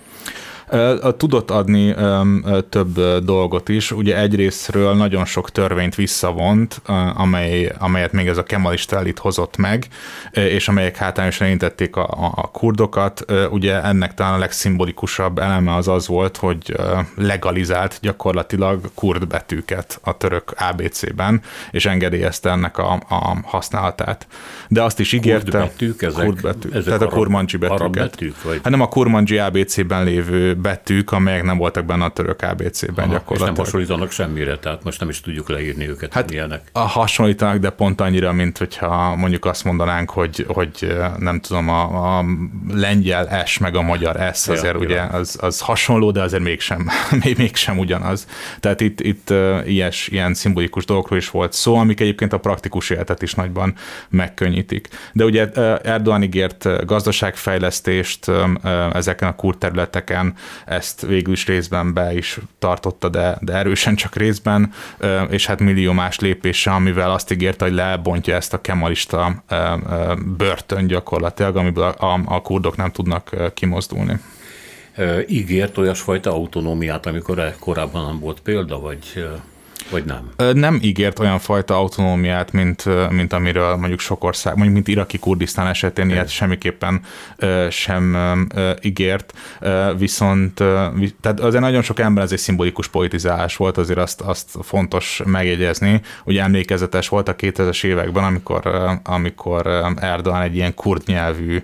Speaker 3: Tudott adni több dolgot is. Ugye egyrésztről nagyon sok törvényt visszavont, amelyet még ez a kemalista elit hozott meg, és amelyek hátrányosan érintették a kurdokat. Ugye ennek talán a legszimbolikusabb eleme az volt, hogy legalizált gyakorlatilag kurd betűket a török ABC-ben, és engedélyezte ennek a használatát. De azt is ígérte...
Speaker 2: Kurd betűk? Ezek
Speaker 3: tehát a kurmandzsi betűket. Hát nem a kurmandzsi ABC-ben lévő betűk, amelyek nem voltak benne a török ABC-ben gyakorlatilag.
Speaker 2: És nem hasonlítanak semmire, tehát most nem is tudjuk leírni őket, hát milyenek.
Speaker 3: Hasonlítanak, de pont annyira, mint hogyha mondjuk azt mondanánk, hogy nem tudom, a lengyel S meg a magyar S, azért ugye az hasonló, de azért mégsem ugyanaz. Tehát itt ilyen szimbolikus dolgokról is volt szó, amik egyébként a praktikus életet is nagyban megkönnyítik. De ugye Erdoğan ígért gazdaságfejlesztést ezeken a kurd területeken, ezt végül is részben be is tartotta, de erősen csak részben, és hát millió más lépése, amivel azt ígérte, hogy lebontja ezt a kemalista börtön gyakorlatilag, amiből a kurdok nem tudnak kimozdulni.
Speaker 2: Ígért olyasfajta autonómiát, amikor korábban nem volt példa, vagy nem?
Speaker 3: Nem ígért olyan fajta autonómiát, mint amiről mondjuk sok ország, mondjuk mint iraki Kurdisztán esetén ilyet semmiképpen sem ígért, viszont tehát azért nagyon sok ember ez egy szimbolikus politizálás volt, azért azt fontos megjegyezni, ugye emlékezetes volt a 2000-es években, amikor Erdoğan egy ilyen kurd nyelvű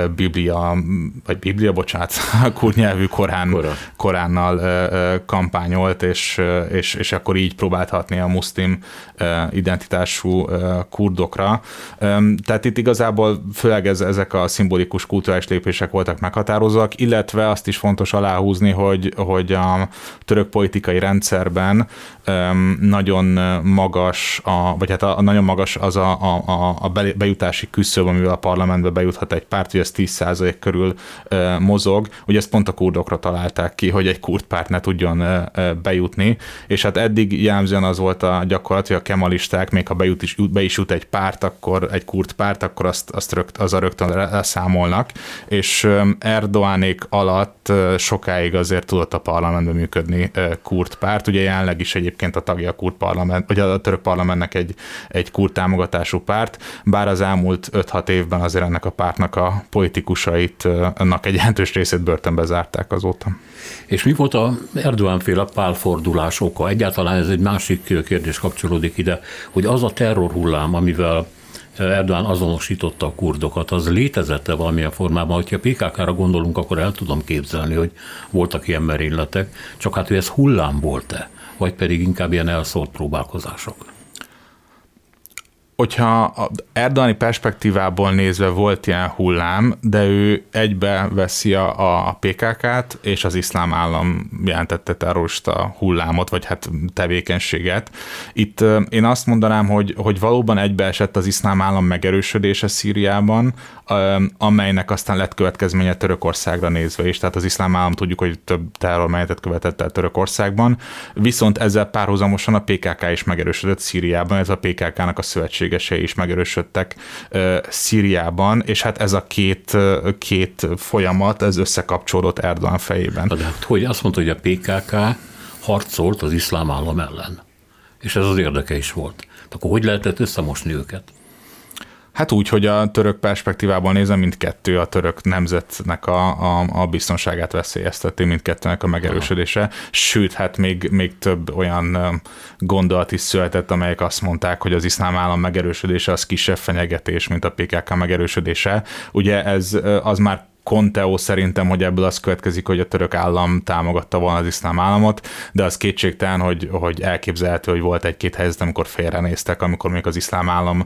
Speaker 3: kurd nyelvű Koránnal kampányolt, és akkor így próbált hatni a muszlim identitású kurdokra. Tehát itt igazából főleg ezek a szimbolikus kulturális lépések voltak meghatározóak, illetve azt is fontos aláhúzni, hogy a török politikai rendszerben nagyon magas, nagyon magas az a bejutási küszöb, amivel a parlamentbe bejuthat egy párt, hogy ez 10% körül mozog. Ugye ezt pont a kurdokra találták ki, hogy egy kurd párt ne tudjon bejutni, és hát eddig jellemzően az volt a gyakorlat, hogy a kemalisták, még ha be is jut egy párt, akkor egy kurd párt, akkor azzal rögtön leszámolnak, és Erdoğanék alatt sokáig azért tudott a parlamentben működni kurd párt. Ugye jelenleg is egyébként a tagja a kurd parlament, vagy a török parlamentnek egy kurd támogatású párt, bár az elmúlt 5-6 évben azért ennek a pártnak a politikusaitnak egy jelentős részét börtönbe zárták azóta.
Speaker 2: És mi volt a Erdoğan-féle pálfordulás oka? Egyáltalán ez egy másik kérdés kapcsolódik ide, hogy az a terrorhullám, amivel Erdoğan azonosította a kurdokat, az létezett-e valamilyen formában? Ha a PKK-ra gondolunk, akkor el tudom képzelni, hogy voltak ilyen merényletek, csak hát, hogy ez hullám volt-e, vagy pedig inkább ilyen elszórt próbálkozások?
Speaker 3: Hogyha Erdoğani perspektívából nézve volt ilyen hullám, de ő egybe veszi a PKK-t, és az iszlám állam jelentette terrorista hullámot, vagy hát tevékenységet. Itt én azt mondanám, hogy valóban egybeesett az iszlám állam megerősödése Szíriában, amelynek aztán lett következménye Törökországra nézve is. Tehát az iszlám állam tudjuk, hogy több terrormerényletet követett el Törökországban, viszont ezzel párhuzamosan a PKK is megerősödött Szíriában, ez a PKK-nak a szövetségesei is megerősödtek Szíriában, és hát ez a két folyamat, ez összekapcsolódott Erdoğan fejében.
Speaker 2: De hát, hogy azt mondta, hogy a PKK harcolt az iszlám állam ellen, és ez az érdeke is volt. Akkor hogy lehetett összemosni őket?
Speaker 3: Hát úgy, hogy a török perspektívában nézve mindkettő a török nemzetnek a biztonságát veszélyezteti, mindkettőnek a megerősödése. Sőt, hát még több olyan gondolat is született, amelyek azt mondták, hogy az iszlám állam megerősödése az kisebb fenyegetés, mint a PKK megerősödése. Ugye ez az már Conteo szerintem, hogy ebből az következik, hogy a török állam támogatta volna az iszlám államot, de az kétségtelen, hogy elképzelhető, hogy volt egy-két helyzet, amikor félrenéztek, amikor még az iszlám állam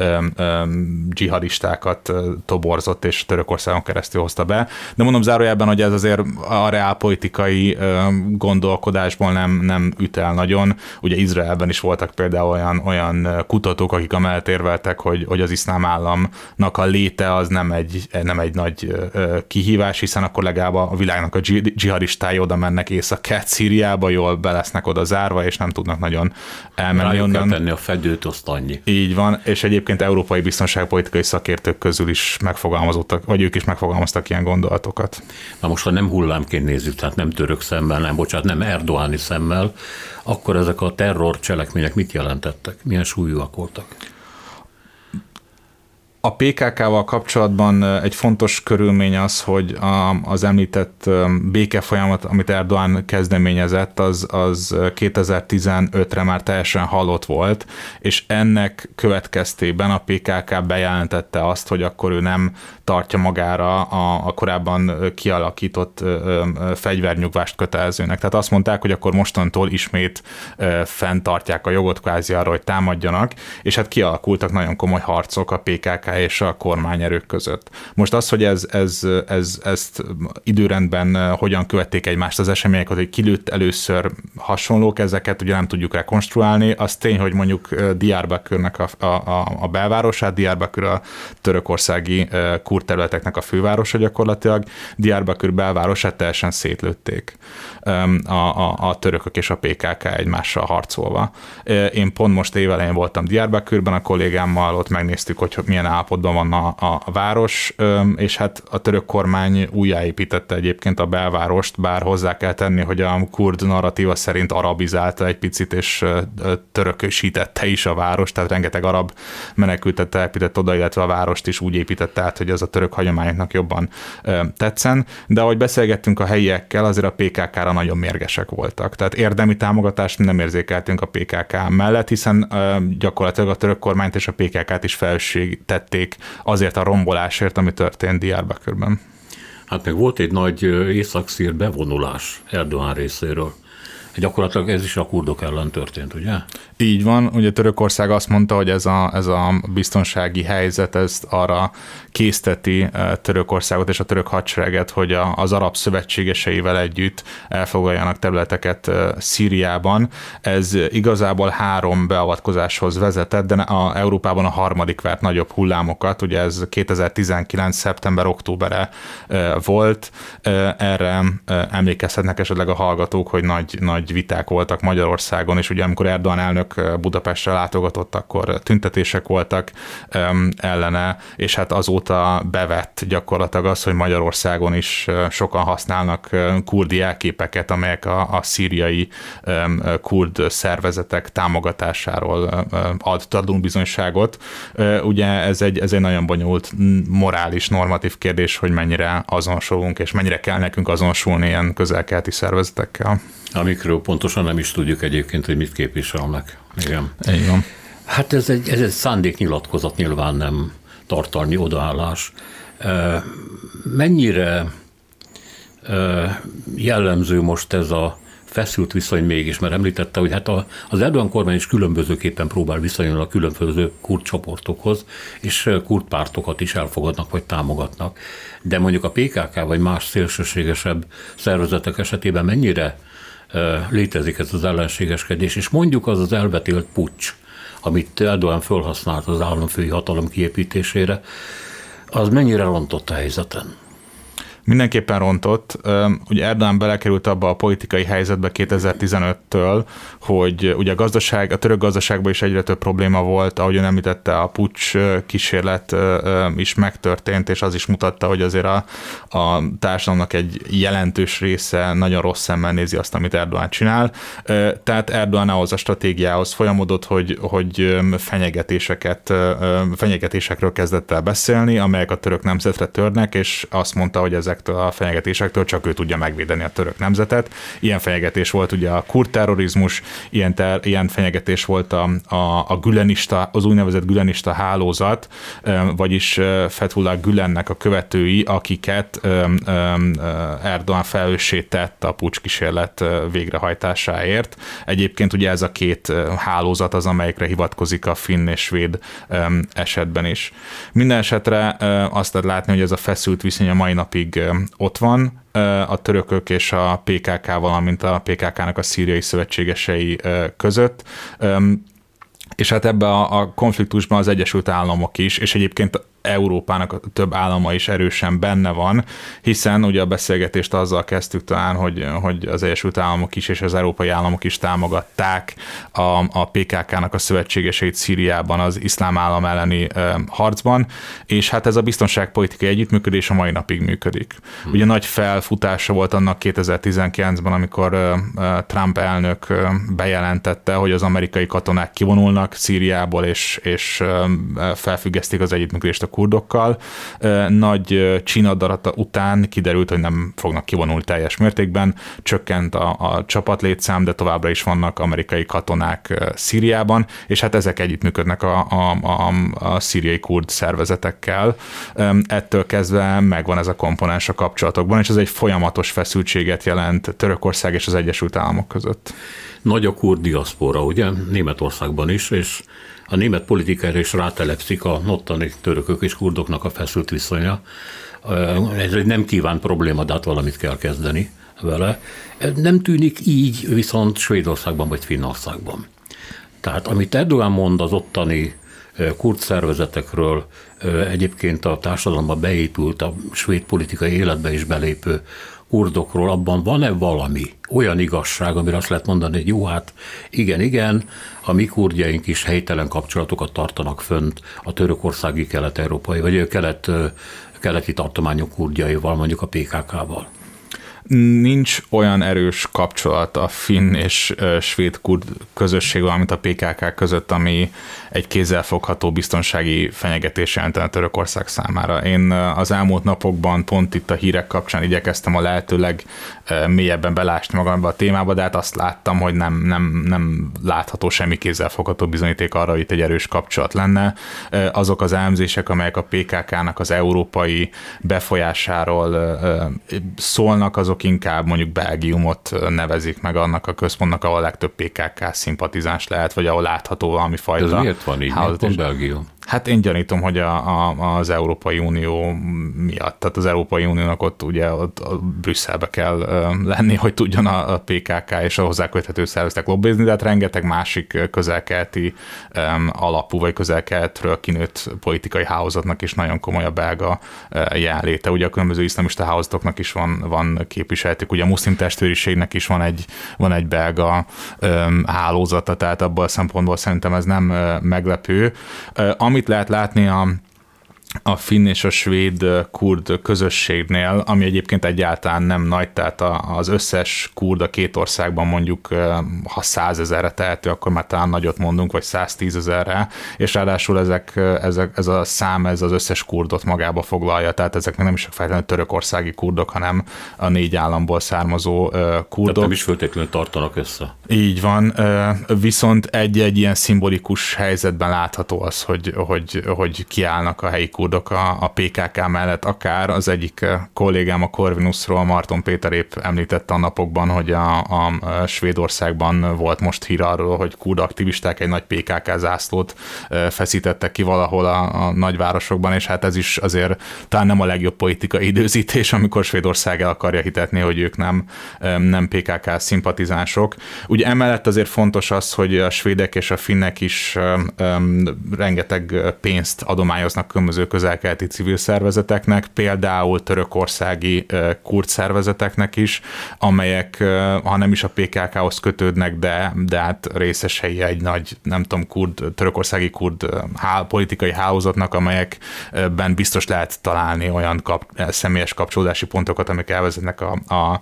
Speaker 3: dzsihadistákat toborzott és Törökországon keresztül hozta be. De mondom zárójelben, hogy ez azért a reálpolitikai gondolkodásból nem üt el nagyon. Ugye Izraelben is voltak például olyan kutatók, akik amellett érveltek, hogy az iszlám államnak a léte az nem egy nagy kihívás, hiszen akkor legalább a világnak a dzsihadistái oda mennek Észak-Kelet-Szíriába, jól be lesznek oda zárva, és nem tudnak nagyon elmenni
Speaker 2: rájuk
Speaker 3: onnan.
Speaker 2: Kell tenni a fedőt, azt annyi.
Speaker 3: Így van, és egyébként európai biztonságpolitikai szakértők közül is megfogalmazottak, vagy ők is megfogalmaztak ilyen gondolatokat.
Speaker 2: Na most, ha nem hullámként nézzük, tehát nem török szemmel, nem Erdoğani szemmel, akkor ezek a terrorcselekmények mit jelentettek? Milyen súlyúak voltak?
Speaker 3: A PKK-val kapcsolatban egy fontos körülmény az, hogy az említett békefolyamat, amit Erdoğan kezdeményezett, az 2015-re már teljesen halott volt, és ennek következtében a PKK bejelentette azt, hogy akkor ő nem tartja magára a korábban kialakított fegyvernyugvást kötelezőnek. Tehát azt mondták, hogy akkor mostantól ismét fenntartják a jogot kvázi arra, hogy támadjanak, és hát kialakultak nagyon komoly harcok a PKK és a kormányerők között. Most az, hogy ezt időrendben hogyan követték egymást az eseményeket, hogy kilőtt először hasonlók, ezeket ugye nem tudjuk rekonstruálni. Az tény, hogy mondjuk Diyarbakırnak a belvárosát, Diyarbakır a törökországi kurd területeknek a fővárosa gyakorlatilag, Diyarbakır belvárosát teljesen szétlőtték a törökök és a PKK egymással harcolva. Én pont most évelején voltam Diyarbakırban, a kollégámmal ott megnéztük, hogy milyen állapotban van a város, és hát a török kormány újjáépítette egyébként a belvárost, bár hozzá kell tenni, hogy a kurd narratíva szerint arabizálta egy picit, és törökösítette is a várost, tehát rengeteg arab menekültet telepített oda, illetve a várost is úgy építette át, hogy az a török hagyományoknak jobban tetszen, de ahogy beszélgettünk a helyiekkel, azért a PKK-ra nagyon mérgesek voltak. Tehát érdemi támogatást nem érzékeltünk a PKK mellett, hiszen gyakorlatilag a török kormányt és a PKK-t is felelősségtették azért a rombolásért, ami történt Diyarbakırban.
Speaker 2: Hát meg volt egy nagy észak-szír bevonulás Erdoğan részéről. Gyakorlatilag ez is a kurdok ellen történt, ugye?
Speaker 3: Így van, ugye Törökország azt mondta, hogy ez a biztonsági helyzet ezt arra készteti Törökországot és a török hadsereget, hogy az arab szövetségeseivel együtt elfoglaljanak területeket Szíriában. Ez igazából 3 beavatkozáshoz vezetett, de Európában a harmadik várt nagyobb hullámokat, ugye ez 2019. szeptember-októbere volt. Erre emlékezhetnek esetleg a hallgatók, hogy nagy viták voltak Magyarországon, és ugye amikor Erdoğan elnök Budapestre látogatott, akkor tüntetések voltak ellene, és hát azóta bevett gyakorlatilag az, hogy Magyarországon is sokan használnak kurd jelképeket, amelyek a szíriai kurd szervezetek támogatásáról ad tanúbizonyságot. Ugye ez egy nagyon bonyolult morális, normatív kérdés, hogy mennyire azonosulunk, és mennyire kell nekünk azonosulni ilyen közel-keleti szervezetekkel.
Speaker 2: Amikről pontosan nem is tudjuk egyébként, hogy mit képviselnek. Igen.
Speaker 3: Igen.
Speaker 2: Hát ez egy szándéknyilatkozat, nyilván nem tartalmi odaállás. Mennyire jellemző most ez a feszült viszony mégis, mert említette, hogy hát az Erdoğan kormány is különbözőképpen próbál viszonyulni a különböző kurd csoportokhoz, és kurd pártokat is elfogadnak vagy támogatnak. De mondjuk a PKK vagy más szélsőségesebb szervezetek esetében mennyire létezik ez az ellenségeskedés, és mondjuk az elvetélt puccs, amit Erdoğan felhasznált az államfői hatalom kiépítésére, az mennyire rontott a helyzeten?
Speaker 3: Mindenképpen rontott. Ugye Erdoğan belekerült abba a politikai helyzetbe 2015-től, hogy ugye a török gazdaságban is egyre több probléma volt, ahogy ön említette, a puccs kísérlet is megtörtént, és az is mutatta, hogy azért a társadalomnak egy jelentős része nagyon rossz szemmel nézi azt, amit Erdoğan csinál. Tehát Erdoğan ahhoz a stratégiához folyamodott, hogy fenyegetésekről kezdett el beszélni, amelyek a török nemzetre törnek, és azt mondta, hogy ezektől a fenyegetésektől csak ő tudja megvédeni a török nemzetet. Ilyen fenyegetés volt ugye a kurd terrorizmus, ilyen fenyegetés volt az úgynevezett gülenista hálózat, vagyis Fethullah Gülennek a követői, akiket Erdoğan felelőssé tett a puccs kísérlet végrehajtásáért. Egyébként ugye ez a 2 hálózat az, amelyikre hivatkozik a finn és svéd esetben is. Minden esetre azt lehet látni, hogy ez a feszült viszony a mai napig ott van a törökök és a PKK, valamint a PKK-nak a szíriai szövetségesei között. És hát ebbe a konfliktusban az Egyesült Államok is, és egyébként Európának több állama is erősen benne van, hiszen ugye a beszélgetést azzal kezdtük talán, hogy az Egyesült Államok is és az európai államok is támogatták a PKK-nak a szövetségeseit Szíriában az iszlám állam elleni harcban, és hát ez a biztonságpolitikai együttműködés a mai napig működik. Ugye nagy felfutása volt annak 2019-ben, amikor Trump elnök bejelentette, hogy az amerikai katonák kivonulnak Szíriából, és felfüggesztik az együttműködést a kurdokkal. Nagy csinadarata után kiderült, hogy nem fognak kivonulni teljes mértékben, csökkent a csapatlétszám, de továbbra is vannak amerikai katonák Szíriában, és hát ezek együttműködnek a szíriai kurd szervezetekkel. Ettől kezdve megvan ez a komponens a kapcsolatokban, és ez egy folyamatos feszültséget jelent Törökország és az Egyesült Államok között.
Speaker 2: nagy a kurd diaszpora, ugye, Németországban is, és a német politikára is rátelepszik a ottani törökök és kurdoknak a feszült viszonya. Ez egy nem kívánt probléma, de hát valamit kell kezdeni vele. Nem tűnik így viszont Svédországban vagy Finnországban. Tehát amit Erdogan mond az ottani kurd szervezetekről, egyébként a társadalomba beépült, a svéd politikai életbe is belépő kurdokról, abban van-e valami olyan igazság, amire azt lehet mondani, hogy jó, hát igen, a mi kurdjaink is helytelen kapcsolatokat tartanak fönt a törökországi kelet-európai, vagy a keleti tartományok kurdjaival, mondjuk a PKK-val.
Speaker 3: Nincs olyan erős kapcsolat a finn és svéd kurd közösség, valamint a PKK között, ami egy kézzelfogható biztonsági fenyegetés jelentene Törökország számára. Én az elmúlt napokban pont itt a hírek kapcsán igyekeztem a lehetőleg mélyebben belásni magamba a témába, de hát azt láttam, hogy nem látható semmi kézzelfogható bizonyíték arra, hogy itt egy erős kapcsolat lenne. Azok az elemzések, amelyek a PKK-nak az európai befolyásáról szólnak, azok inkább mondjuk Belgiumot nevezik meg annak a központnak, ahol a legtöbb PKK szimpatizáns lehet, vagy ahol látható valami fajta.
Speaker 2: Ez miért van így? Miért pont Belgium?
Speaker 3: Hát én gyanítom, hogy az Európai Unió miatt, tehát az Európai Uniónak ott ugye ott Brüsszelbe kell lenni, hogy tudjon a PKK és a hozzáköthető szervezetek lobbizni, de hát rengeteg másik közel-keleti alapú vagy közel-keletről kinőtt politikai hálózatnak is nagyon komoly a belga jelenléte. Ugye a különböző iszlamista hálózatoknak is van képviseletük, ugye a muszlim testvériségnek is van egy belga hálózata, tehát abból a szempontból szerintem ez nem meglepő. Amit lehet látni a finn és a svéd kurd közösségnél, ami egyébként egyáltalán nem nagy, tehát az összes kurd a két országban mondjuk, ha 100 000-re tehető, akkor már talán nagyot mondunk, vagy 110 000-re, és ráadásul ez a szám, ez az összes kurdot magába foglalja, tehát ezek nem is feltétlenül törökországi kurdok, hanem a 4 államból származó kurdok. Tehát
Speaker 2: nem is feltétlenül tartanak össze.
Speaker 3: Így van, viszont egy ilyen szimbolikus helyzetben látható az, hogy kiállnak a helyi kurdok a PKK mellett, akár az egyik kollégám a Corvinusról, Marton Péter épp említette a napokban, hogy a Svédországban volt most hír arról, hogy kurd aktivisták egy nagy PKK zászlót feszítettek ki valahol a nagyvárosokban, és hát ez is azért talán nem a legjobb politikai időzítés, amikor Svédország el akarja hitetni, hogy ők nem PKK szimpatizánsok. Ugye emellett azért fontos az, hogy a svédek és a finnek is rengeteg pénzt adományoznak különböző közel-keleti civil szervezeteknek, például törökországi kurd szervezeteknek is, amelyek, ha nem is a PKK-hoz kötődnek, de hát részesei egy nagy, nem tudom, törökországi kurd politikai hálózatnak, amelyekben biztos lehet találni olyan személyes kapcsolódási pontokat, amik elvezetnek a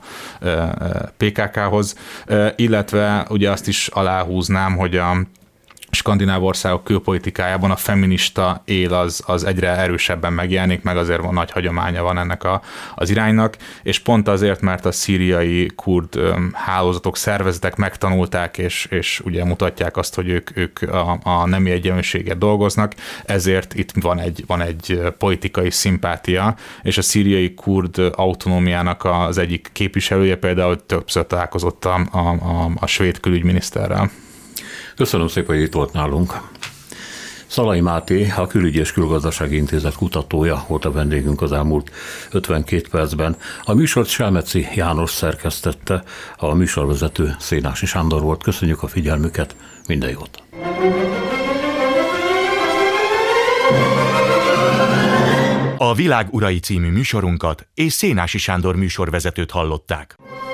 Speaker 3: PKK-hoz, illetve ugye azt is aláhúznám, hogy a skandináv országok külpolitikájában a feminista él az egyre erősebben megjelenik, meg azért van nagy hagyománya van ennek az iránynak, és pont azért, mert a szíriai kurd hálózatok, szervezetek megtanulták, és ugye mutatják azt, hogy ők a nemi egyenlőségért dolgoznak, ezért itt van egy politikai szimpátia, és a szíriai kurd autonómiának az egyik képviselője például többször találkozott a svéd külügyminiszterrel.
Speaker 2: Köszönöm szépen, hogy itt volt nálunk. Szalai Máté, a Külügyi és Külgazdasági Intézet kutatója volt a vendégünk az elmúlt 52 percben. A műsort Selmeci János szerkesztette, a műsorvezető Szénási Sándor volt. Köszönjük a figyelmüket, minden jót!
Speaker 1: A Világ urai című műsorunkat és Szénási Sándor műsorvezetőt hallották.